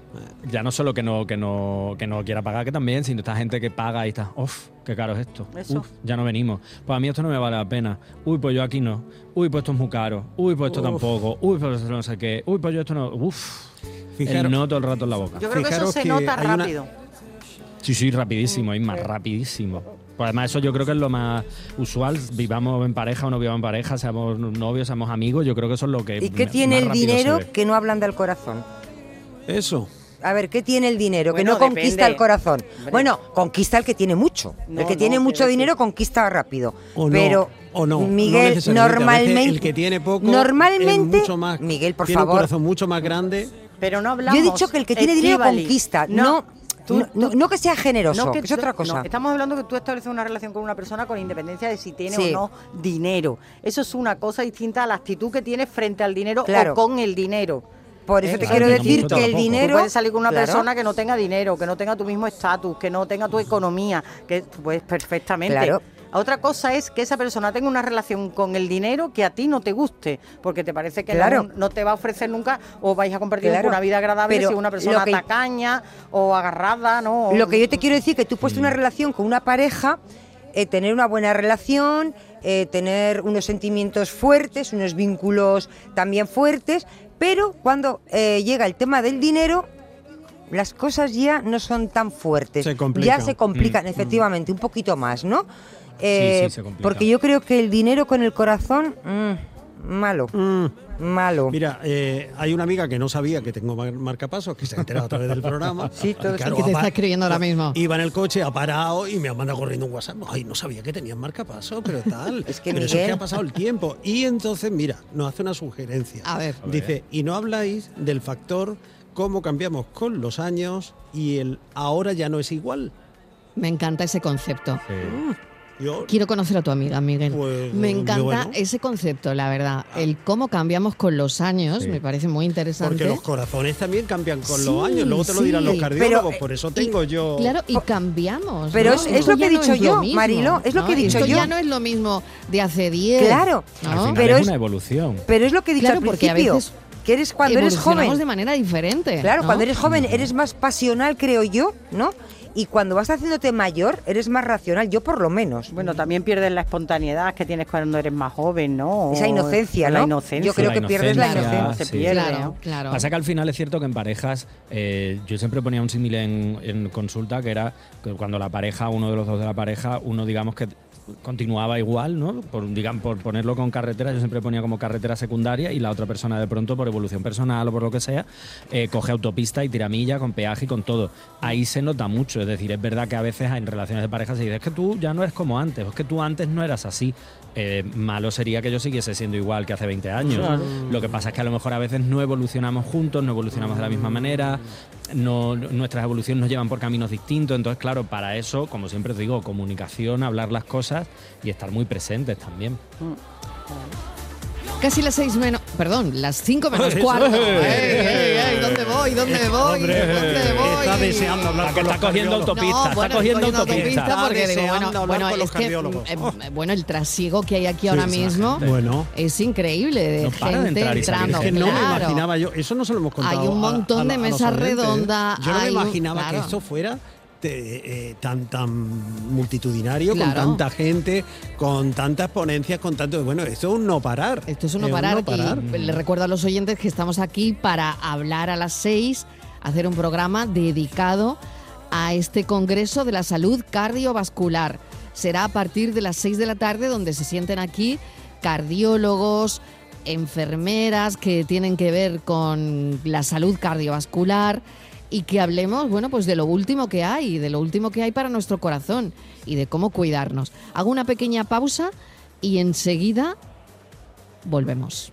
ya no solo que no quiera pagar, que también, sino esta gente que paga y está, uff, qué caro es esto. Eso. Uf, ya no venimos. Pues a mí esto no me vale la pena. Uy, pues yo aquí no. Uy, pues esto es muy caro. Uy, pues esto Uf. tampoco. Uy, pues esto no sé qué. Uy, pues yo esto no. Uf. Fijaros- El no todo el rato en la boca. Yo creo que eso Fijaros se que nota hay una- rápido. Sí, rapidísimo, Isma, rapidísimo. Pues además eso yo creo que es lo más usual, vivamos en pareja o no vivamos en pareja, seamos novios, seamos amigos, yo creo que eso es lo que ¿Y qué más tiene el rápido se dinero ve. que no hablan del corazón? Eso. A ver, ¿qué tiene el dinero que Bueno, no conquista depende. el corazón? Hombre. Bueno, conquista el que tiene mucho. No, El que no, tiene mucho quiero dinero decir- conquista rápido. O no, pero o no, no Miguel, necesariamente. A veces normalmente el que tiene poco normalmente, es mucho más, Miguel, por tiene favor. un corazón mucho más grande. Pero no hablamos. Yo he dicho que el que tiene dinero Estíbaliz. conquista, no que sea generoso, que es tú- otra cosa. no, estamos hablando que tú estableces una relación con una persona con independencia de si tiene Sí. o no dinero. Eso es una cosa distinta a la actitud que tienes frente al dinero Claro. o con el dinero. Por eso te Claro, quiero que no decir mucho que el tampoco. Tú dinero... puedes salir con una Claro. persona que no tenga dinero, que no tenga tu mismo estatus, que no tenga tu economía, que pues perfectamente. Claro. Otra cosa es que esa persona tenga una relación con el dinero que a ti no te guste, porque te parece que Claro. no te va a ofrecer nunca o vais a compartir Claro. una vida agradable Pero si es una persona lo que- tacaña o agarrada, ¿no? Lo que yo te quiero decir que tú puesto una relación con una pareja, tener una buena relación, tener unos sentimientos fuertes, unos vínculos también fuertes, pero cuando llega el tema del dinero, las cosas ya no son tan fuertes. Se complican. Ya se complican, efectivamente, un poquito más, ¿no? Sí, se complica. Porque yo creo que el dinero con el corazón, malo, malo. Mira, hay una amiga que no sabía que tengo marcapasos, que se ha enterado a través del programa. Sí, todo Y eso. claro, Que te ha está pa- escribiendo ahora mismo. Iba en el coche, ha parado y me ha mandado corriendo un WhatsApp. Ay, no sabía que tenían marcapasos, pero tal. Es que, pero eso es Miguel- que ha pasado el tiempo. Y entonces, mira, nos hace una sugerencia. A ver. Dice, y no habláis del factor cómo cambiamos con los años y el ahora ya no es igual. Me encanta ese concepto. Sí. Quiero conocer a tu amiga, Miguel. Pues, me encanta bueno. ese concepto, la verdad. El cómo cambiamos con los años, me parece muy interesante. Porque los corazones también cambian con Sí, los años. Luego te lo sí. dirán los cardiólogos. Pero, por eso tengo yo... Claro, y cambiamos. Pero ¿no? es Esto lo que ya he no dicho es lo yo, mismo, Marilo, es lo ¿no? que he dicho Esto yo. ya no es lo mismo de hace 10. Claro, ¿no? Al final Pero es es- una evolución. Pero es lo que he dicho Claro, al porque a principio. veces Que eres cuando eres evolucionamos joven. de manera diferente. Claro, ¿no? cuando eres joven eres más pasional, creo yo, ¿no? Y cuando vas haciéndote mayor eres más racional, yo por lo menos. Bueno, también pierdes la espontaneidad que tienes cuando eres más joven, ¿no? Esa inocencia, La ¿no? inocencia. Yo creo que pierdes la inocencia, inocencia. Se sí. pierde, Claro, ¿no? claro. Pasa que al final es cierto que en parejas, yo siempre ponía un símil en consulta, que era que cuando la pareja, uno de los dos de la pareja, uno digamos que continuaba igual, ¿no? Por ponerlo con carretera, yo siempre ponía como carretera secundaria y la otra persona de pronto por evolución personal o por lo que sea, coge autopista y tiramilla con peaje y con todo. Ahí se nota mucho, es decir, es verdad que a veces en relaciones de pareja se dice, es que tú ya no eres como antes, o es que tú antes no eras así. Malo sería que yo siguiese siendo igual que hace 20 años. Claro. Lo que pasa es que a lo mejor a veces no evolucionamos juntos, no evolucionamos de la misma manera, nuestras evoluciones nos llevan por caminos distintos. Entonces, claro, para eso, como siempre os digo, comunicación, hablar las cosas y estar muy presentes también. Casi las 6 menos... Perdón, las 5 menos cuarto. ¿Dónde voy? ¿Dónde voy? ¿Dónde voy? Está deseando hablar con los Está cogiendo cardiólogos. autopista, No, bueno, está cogiendo estoy autopista. porque digo, deseando bueno, hablar bueno, con los es que, cardiólogos. bueno, el trasiego que hay aquí Sí, ahora esa mismo gente. Bueno. es increíble de No para de gente entrar y salir entrando. Es que no me claro. imaginaba yo, eso no se lo hemos contado. Hay un montón de los mesas oyentes, ¿eh? redondas, Yo no me hay un- imaginaba claro. que esto fuera tan multitudinario, Claro. con tanta gente, con tantas ponencias, con tanto. Bueno, esto es un no parar. Esto es un no parar. Y le recuerdo a los oyentes que estamos aquí para hablar a las 6, hacer un programa dedicado a este Congreso de la Salud Cardiovascular. Será a partir de las 6 de la tarde, donde se sienten aquí cardiólogos, enfermeras que tienen que ver con la salud cardiovascular y que hablemos, bueno, pues de lo último que hay, para nuestro corazón y de cómo cuidarnos. Hago una pequeña pausa y enseguida volvemos.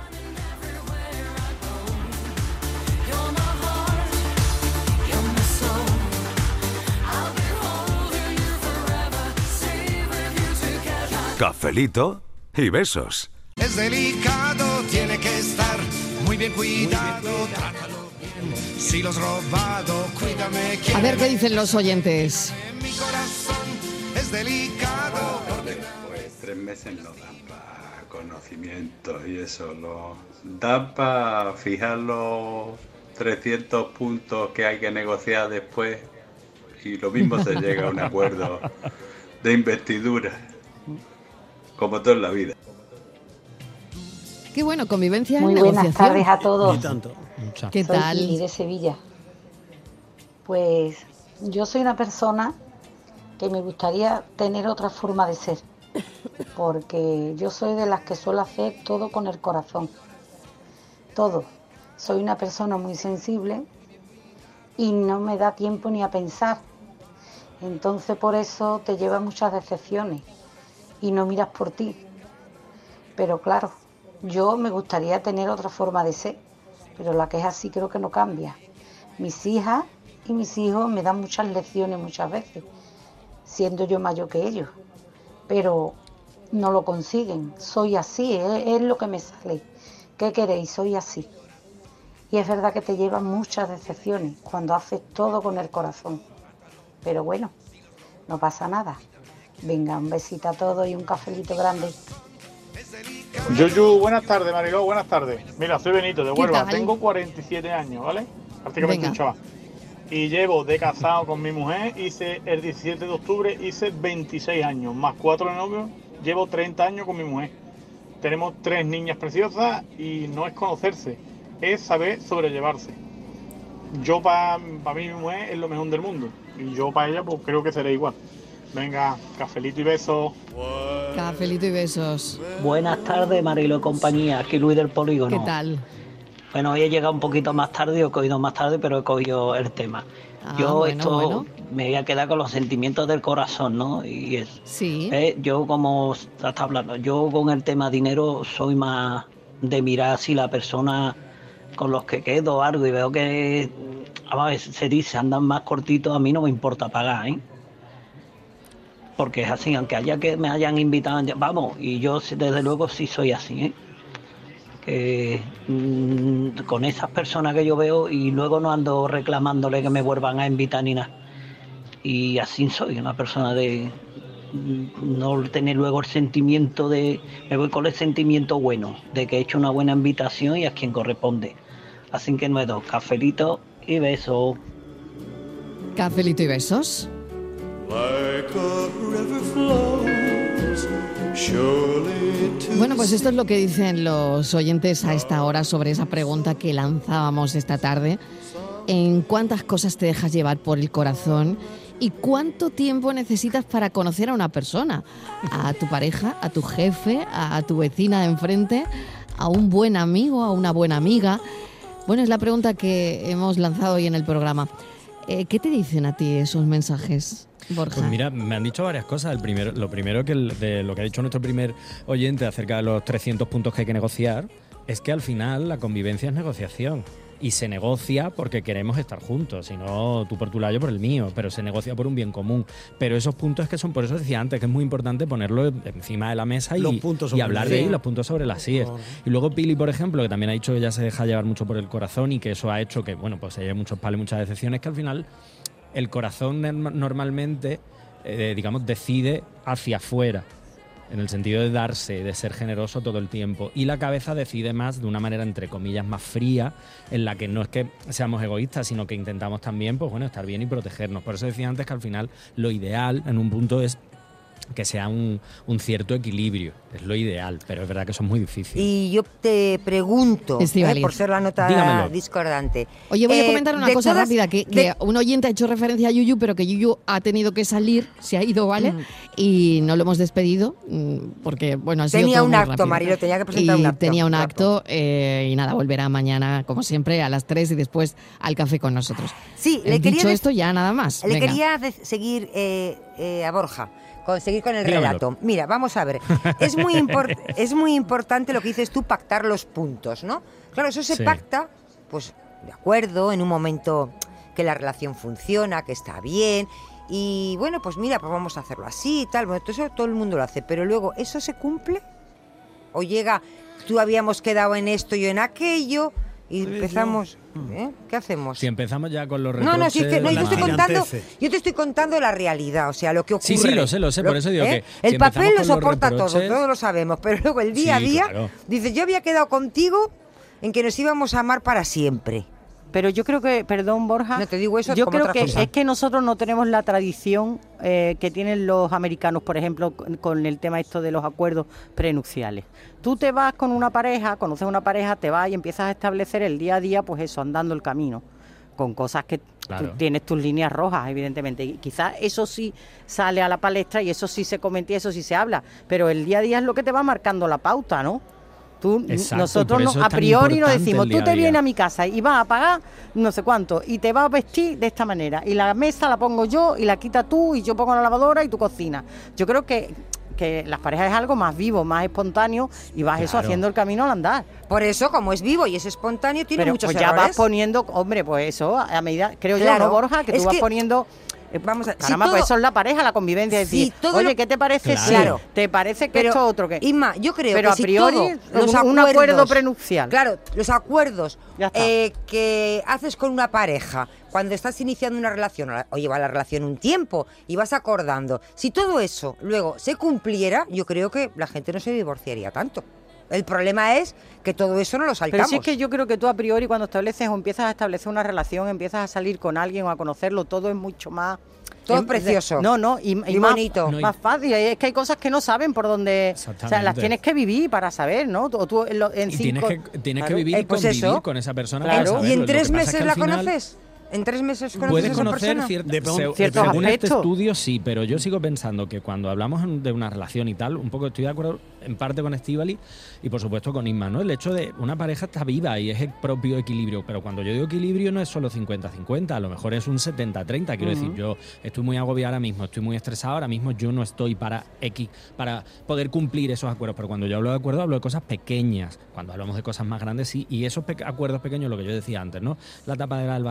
Cafelito y besos. Es delicado, tiene que estar muy bien cuidado. Trátalo bien. Si lo has robado, cuídame. A ver qué dicen los oyentes. Mi corazón es delicado. Pues 3 meses no dan para conocimiento y eso, lo dan para fijar los 300 puntos que hay que negociar después y lo mismo se llega a un acuerdo de investidura, como todo en la vida. Qué bueno, convivencia Muy en buenas negociación. tardes a todos. Ni tanto. ¿Qué Soy tal? Kiri de Sevilla. Pues yo soy una persona que me gustaría tener otra forma de ser, porque yo soy de las que suelo hacer todo con el corazón, todo. Soy una persona muy sensible y no me da tiempo ni a pensar. Entonces por eso te lleva muchas decepciones y no miras por ti. Pero claro, yo me gustaría tener otra forma de ser, pero la que es así creo que no cambia. Mis hijas y mis hijos me dan muchas lecciones muchas veces, siendo yo mayor que ellos, pero no lo consiguen. Soy así, es lo que me sale. ¿Qué queréis? Soy así. Y es verdad que te llevan muchas decepciones cuando haces todo con el corazón. Pero bueno, no pasa nada. Venga, un besito a todos y un cafelito grande. Yuyu, buenas tardes, Mariló, buenas tardes. Mira, soy Benito de ¿Qué Huelva, tal? tengo 47 años, ¿vale? Prácticamente Venga. un chaval. Y llevo de casado con mi mujer, el 17 de octubre hice 26 años, más 4 de novio, llevo 30 años con mi mujer. Tenemos 3 niñas preciosas y no es conocerse, es saber sobrellevarse. Yo para mí mi mujer es lo mejor del mundo y yo para ella pues creo que seré igual. Venga, cafelito y besos. Cafelito y besos. Buenas tardes, Marilo y compañía, aquí Luis del Polígono. ¿Qué tal? Bueno, hoy he llegado un poquito más tarde, he cogido más tarde, pero he cogido el tema. Yo bueno. me voy a quedar con los sentimientos del corazón, ¿no? Y Sí. yo como está hablando, yo con el tema dinero soy más de mirar si la persona con los que quedo o algo y veo que a veces se dice andan más cortitos, a mí no me importa pagar, ¿eh? porque es así, aunque me hayan invitado, vamos, y yo desde luego sí soy así, ¿eh? Que con esas personas que yo veo y luego no ando reclamándole que me vuelvan a invitar ni nada. Y así soy, una persona de no tener luego el sentimiento me voy con el sentimiento bueno, de que he hecho una buena invitación y a quien corresponde. Así que no es dos, cafelito y besos. Cafelito y besos. Bueno, pues esto es lo que dicen los oyentes a esta hora sobre esa pregunta que lanzábamos esta tarde. ¿En cuántas cosas te dejas llevar por el corazón? ¿Y cuánto tiempo necesitas para conocer a una persona? A tu pareja, a tu jefe, a tu vecina de enfrente, a un buen amigo, a una buena amiga. Bueno, es la pregunta que hemos lanzado hoy en el programa. ¿Qué te dicen a ti esos mensajes, Borja? Pues mira, me han dicho varias cosas. Lo primero de lo que ha dicho nuestro primer oyente acerca de los 300 puntos que hay que negociar es que al final la convivencia es negociación. Y se negocia porque queremos estar juntos, si no tú por tu lado, yo por el mío, pero se negocia por un bien común. Pero esos puntos que son, por eso decía antes, que es muy importante ponerlo encima de la mesa y hablar de ellos, los puntos sobre las sillas. Y luego Pili, por ejemplo, que también ha dicho que ella se deja llevar mucho por el corazón y que eso ha hecho que, bueno, pues haya muchos palos y muchas decepciones, que al final el corazón normalmente, digamos, decide hacia afuera, en el sentido de darse, de ser generoso todo el tiempo. Y la cabeza decide más de una manera, entre comillas, más fría, en la que no es que seamos egoístas, sino que intentamos también, pues bueno, estar bien y protegernos. Por eso decía antes que al final lo ideal, en un punto, es que sea un cierto equilibrio. Es lo ideal, pero es verdad que eso es muy difícil. Y yo te pregunto, por ser la nota Dígamelo. discordante. Oye, voy a comentar una cosa rápida, que un oyente ha hecho referencia a Yuyu, pero que Yuyu ha tenido que salir, se ha ido, ¿vale? Y no lo hemos despedido, porque, bueno, ha sido Tenía todo un muy acto, rápido. Marilo, tenía que presentar un acto. Tenía un acto, y nada, volverá mañana, como siempre, a las 3 y después al café con nosotros. Sí, le Dicho quería esto, ya nada más. Le Venga. quería seguir a Borja, seguir con el Dígamelo. relato. Mira, vamos a ver. Es muy importante lo que dices tú, pactar los puntos, ¿no? Claro, eso se Sí. pacta, pues, de acuerdo, en un momento que la relación funciona, que está bien. Y bueno, pues mira, pues vamos a hacerlo así y tal. Bueno, eso todo el mundo lo hace. Pero luego, ¿eso se cumple? ¿O llega, tú habíamos quedado en esto y yo en aquello? Y empezamos, ¿qué hacemos? Si empezamos ya con los reproches... No, si es que no, yo, la- te estoy contando la realidad, o sea, lo que ocurre. Sí, lo sé, por eso digo que si el papel empezamos lo con los soporta todo, reproches- todos lo sabemos, pero luego el día a Sí, día, claro. dices, yo había quedado contigo en que nos íbamos a amar para siempre. Pero yo creo que, perdón Borja, No te digo eso yo como creo otra que cosa. es que nosotros no tenemos la tradición que tienen los americanos, por ejemplo, con el tema esto de los acuerdos prenupciales. Tú te vas con una pareja, conoces una pareja, te vas y empiezas a establecer el día a día, pues eso, andando el camino, con cosas que Claro. tú tienes tus líneas rojas, evidentemente. Y quizás eso sí sale a la palestra y eso sí se comenta y eso sí se habla, pero el día a día es lo que te va marcando la pauta, ¿no? Exacto, Nosotros por eso es a tan priori nos importante decimos, el tú día te a día. vienes a mi casa y vas a pagar no sé cuánto y te vas a vestir de esta manera y la mesa la pongo yo y la quita tú y yo pongo la lavadora y tu cocina. Yo creo que las parejas es algo más vivo, más espontáneo y vas eso Claro. haciendo el camino al andar. Por eso, como es vivo y es espontáneo, tiene Pero muchos pues ya errores. vas poniendo, hombre, pues eso, a medida, creo yo, Claro, ¿no, Borja? Que es tú vas que- poniendo... Vamos a Caramba, pues eso es la pareja, la convivencia. Es Si decir, todo oye, lo- ¿qué te parece Claro. si te parece que Pero, esto otro que? Inma, yo creo Pero que a si priori, todo, los un acuerdo acuerdos- prenupcial. Claro, los acuerdos Ya está. que haces con una pareja cuando estás iniciando una relación, o lleva la relación un tiempo y vas acordando, si todo eso luego se cumpliera, yo creo que la gente no se divorciaría tanto. El problema es que todo eso no lo Pero saltamos. sí es que yo creo que tú a priori cuando estableces o empiezas a establecer una relación, empiezas a salir con alguien o a conocerlo, todo es mucho más... Todo es precioso. Y Y más, bonito. más fácil. Es que hay cosas que no saben por dónde... O sea, las Exactamente. tienes que vivir para saber, ¿no? O tú en Y tienes cinco... que Claro. vivir y pues convivir eso. con esa persona. Claro. para saberlo. ¿Y en Lo que 3 pasa es meses que la al final conoces? ¿En 3 meses conoces Puedes a esa conocer persona? ciertos según este aspectos. estudio, sí, pero yo sigo pensando que cuando hablamos de una relación y tal, un poco estoy de acuerdo en parte con Estíbaliz y por supuesto con Inma, ¿no? El hecho de una pareja está viva y es el propio equilibrio, pero cuando yo digo equilibrio no es solo 50-50, a lo mejor es un 70-30, quiero decir, yo estoy muy agobiado ahora mismo, estoy muy estresado ahora mismo, yo no estoy para poder cumplir esos acuerdos, pero cuando yo hablo de acuerdos hablo de cosas pequeñas, cuando hablamos de cosas más grandes sí, y esos acuerdos pequeños, lo que yo decía antes, ¿no? La tapa del alba,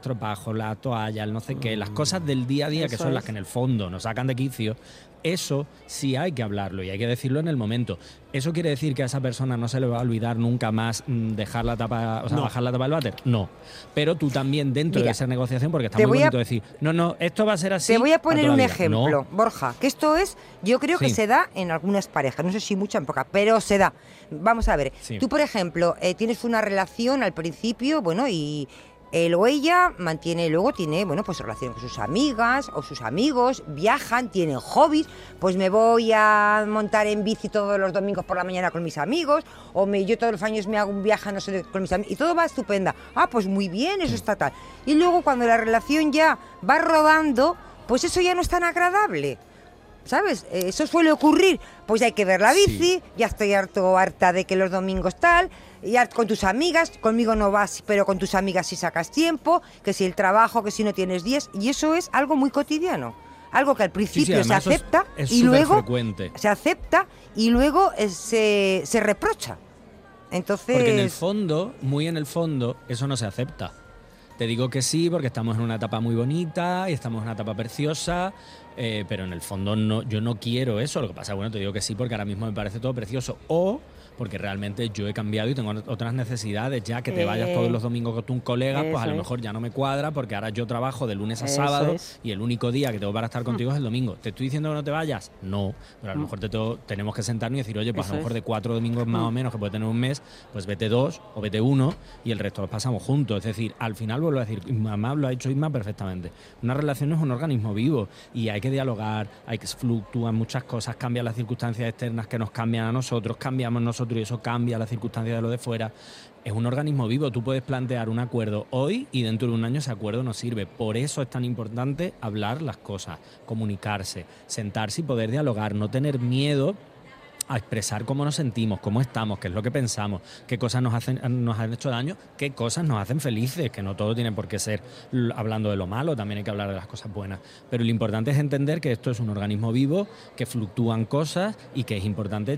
estropajo, la toalla, el no sé qué, las cosas del día a día que son las que en el fondo nos sacan de quicio, eso sí hay que hablarlo y hay que decirlo en el momento. ¿Eso quiere decir que a esa persona no se le va a olvidar nunca más dejar la tapa, o sea, bajar la tapa del váter? No. Pero tú también dentro de esa negociación, porque está muy bonito decir, no, esto va a ser así. Te voy a poner un ejemplo, no. Borja, que esto es, yo creo que se da en algunas parejas, no sé si mucha o poca, pero se da. Vamos a ver, tú por ejemplo, tienes una relación al principio, bueno, y él o ella luego tiene, bueno, pues relación con sus amigas o sus amigos, viajan, tienen hobbies, pues me voy a montar en bici todos los domingos por la mañana con mis amigos, yo todos los años me hago un viaje, no sé, con mis amigos, y todo va estupenda. Pues muy bien, eso está tal. Y luego cuando la relación ya va rodando, pues eso ya no es tan agradable. ¿Sabes? Eso suele ocurrir. Pues hay que ver la bici, ya estoy harta de que los domingos tal, ya con tus amigas, conmigo no vas, pero con tus amigas sí sacas tiempo, que si el trabajo, que si no tienes días, y eso es algo muy cotidiano. Algo que al principio se acepta y luego frecuente. Se acepta y luego se reprocha. Entonces, porque en el fondo, muy en el fondo, eso no se acepta. Te digo que sí porque estamos en una etapa muy bonita y estamos en una etapa preciosa, pero en el fondo no, yo no quiero eso. Lo que pasa, bueno, te digo que sí porque ahora mismo me parece todo precioso. O porque realmente yo he cambiado y tengo otras necesidades ya, que te vayas todos los domingos con tu colega, pues a lo mejor ya no me cuadra porque ahora yo trabajo de lunes a sábado y el único día que tengo para estar contigo es el domingo. ¿Te estoy diciendo que no te vayas? No, pero a lo mejor tenemos que sentarnos y decir, oye, pues a lo mejor de 4 domingos más o menos que puede tener un mes, pues vete 2 o vete 1 y el resto los pasamos juntos. Es decir, al final vuelvo a decir, mamá lo ha dicho Isma perfectamente, una relación no es un organismo vivo y hay que dialogar, fluctúan muchas cosas, cambian las circunstancias externas que nos cambian a nosotros, cambiamos nosotros y eso cambia las circunstancias de lo de fuera. Es un organismo vivo, tú puedes plantear un acuerdo hoy y dentro de un año ese acuerdo no sirve. Por eso es tan importante hablar las cosas, comunicarse, sentarse y poder dialogar, no tener miedo a expresar cómo nos sentimos, cómo estamos, qué es lo que pensamos, qué cosas nos han hecho daño, qué cosas nos hacen felices, que no todo tiene por qué ser hablando de lo malo, también hay que hablar de las cosas buenas. Pero lo importante es entender que esto es un organismo vivo, que fluctúan cosas y que es importante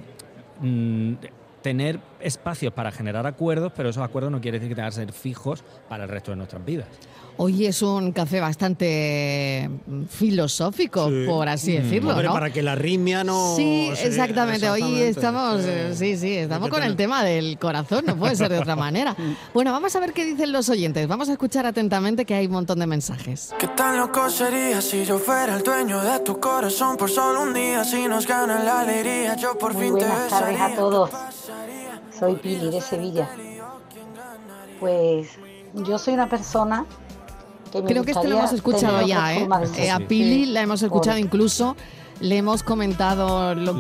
tener espacios para generar acuerdos, pero esos acuerdos no quiere decir que tengan que ser fijos para el resto de nuestras vidas. Hoy es un café bastante filosófico, por así decirlo, Hombre, ¿no? Para que la arritmia no... Sí, exactamente. Hoy estamos, estamos con el tema del corazón, no puede ser de otra manera. Bueno, vamos a ver qué dicen los oyentes. Vamos a escuchar atentamente que hay un montón de mensajes. ¿Qué tan loco sería si yo fuera el dueño de tu corazón por solo un día? Si nos gana la alegría, yo por fin te besaría. Buenas tardes a todos. Soy Pili de Sevilla. Pues yo soy una persona... Creo que este lo hemos escuchado ya, ¿eh? A Pili la hemos escuchado incluso, le hemos comentado lo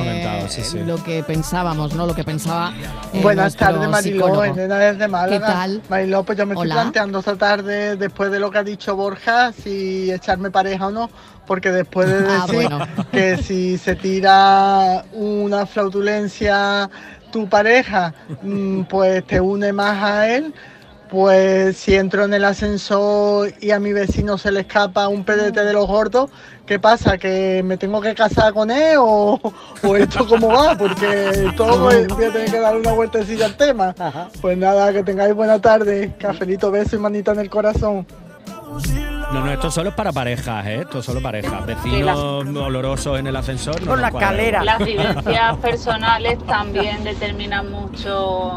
que pensábamos, ¿no? Lo que pensaba Buenas tardes, Mariló, Elena desde Málaga. ¿Qué tal? Mariló, pues yo me estoy planteando esta tarde, después de lo que ha dicho Borja, si echarme pareja o no, porque después de decir que si se tira una flautulencia tu pareja, pues te une más a él. Pues si entro en el ascensor y a mi vecino se le escapa un pedete de los gordos, ¿qué pasa? ¿Que me tengo que casar con él o esto cómo va? Porque todo voy a tener que dar una vueltecilla al tema. Pues nada, que tengáis buena tarde. Cafelito, beso y manita en el corazón. No, esto solo es para parejas, ¿eh? Esto es solo parejas. Vecinos olorosos en el ascensor. Por la escalera. Las vivencias personales también determinan mucho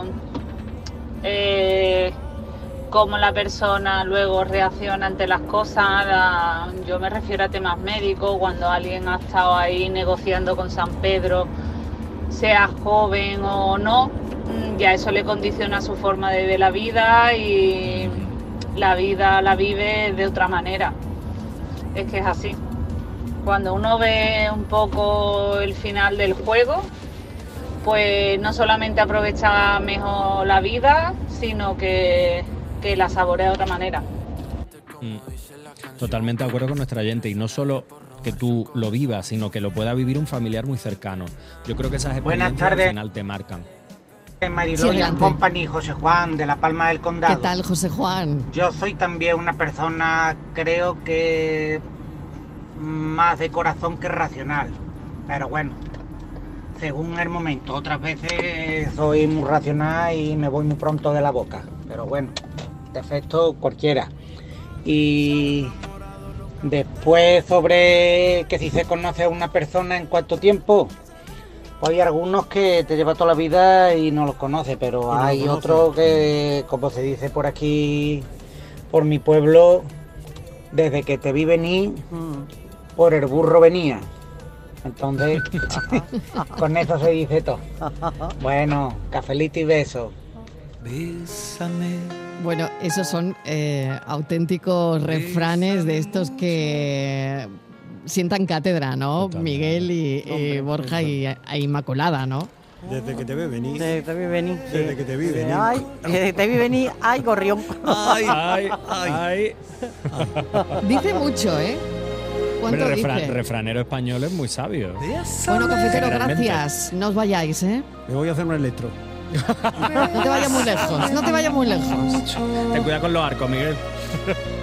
cómo la persona luego reacciona ante las cosas. Yo me refiero a temas médicos, cuando alguien ha estado ahí negociando con San Pedro, sea joven o no, ya eso le condiciona su forma de ver la vida y la vida la vive de otra manera. Es que es así. Cuando uno ve un poco el final del juego, pues no solamente aprovecha mejor la vida, sino que la saborea de otra manera. Totalmente de acuerdo con nuestra oyente, y no solo que tú lo vivas, sino que lo pueda vivir un familiar muy cercano. Yo creo que esas experiencias al final te marcan. Mariló y Company, José Juan, de La Palma del Condado. ¿Qué tal, José Juan? Yo soy también una persona, creo que más de corazón que racional, pero bueno, según el momento. Otras veces soy muy racional y me voy muy pronto de la boca, pero bueno, defecto cualquiera. Y después sobre que si se conoce a una persona en cuánto tiempo, pues hay algunos que te lleva toda la vida y no los conoce, pero hay otros que, como se dice por aquí, por mi pueblo, desde que te vi venir, por el burro venía. Entonces, con eso se dice todo. Bueno, cafelito y beso. Bueno, esos son auténticos refranes de estos que sientan cátedra, ¿no? Totalmente. Miguel y Borja y Inmaculada, ¿no? Desde que te vi venir. Desde que te vi venir. Desde que te vi venir. Ay, desde que te vi venir, ay, gorrión. Ay. Dice mucho, ¿eh? ¿Cuánto dice? Refranero español es muy sabio. Bueno, cafetero, gracias. No os vayáis, ¿eh? Me voy a hacer un electro. No te vayas muy lejos, no te vayas muy lejos. Ten cuidado con los arcos, Miguel.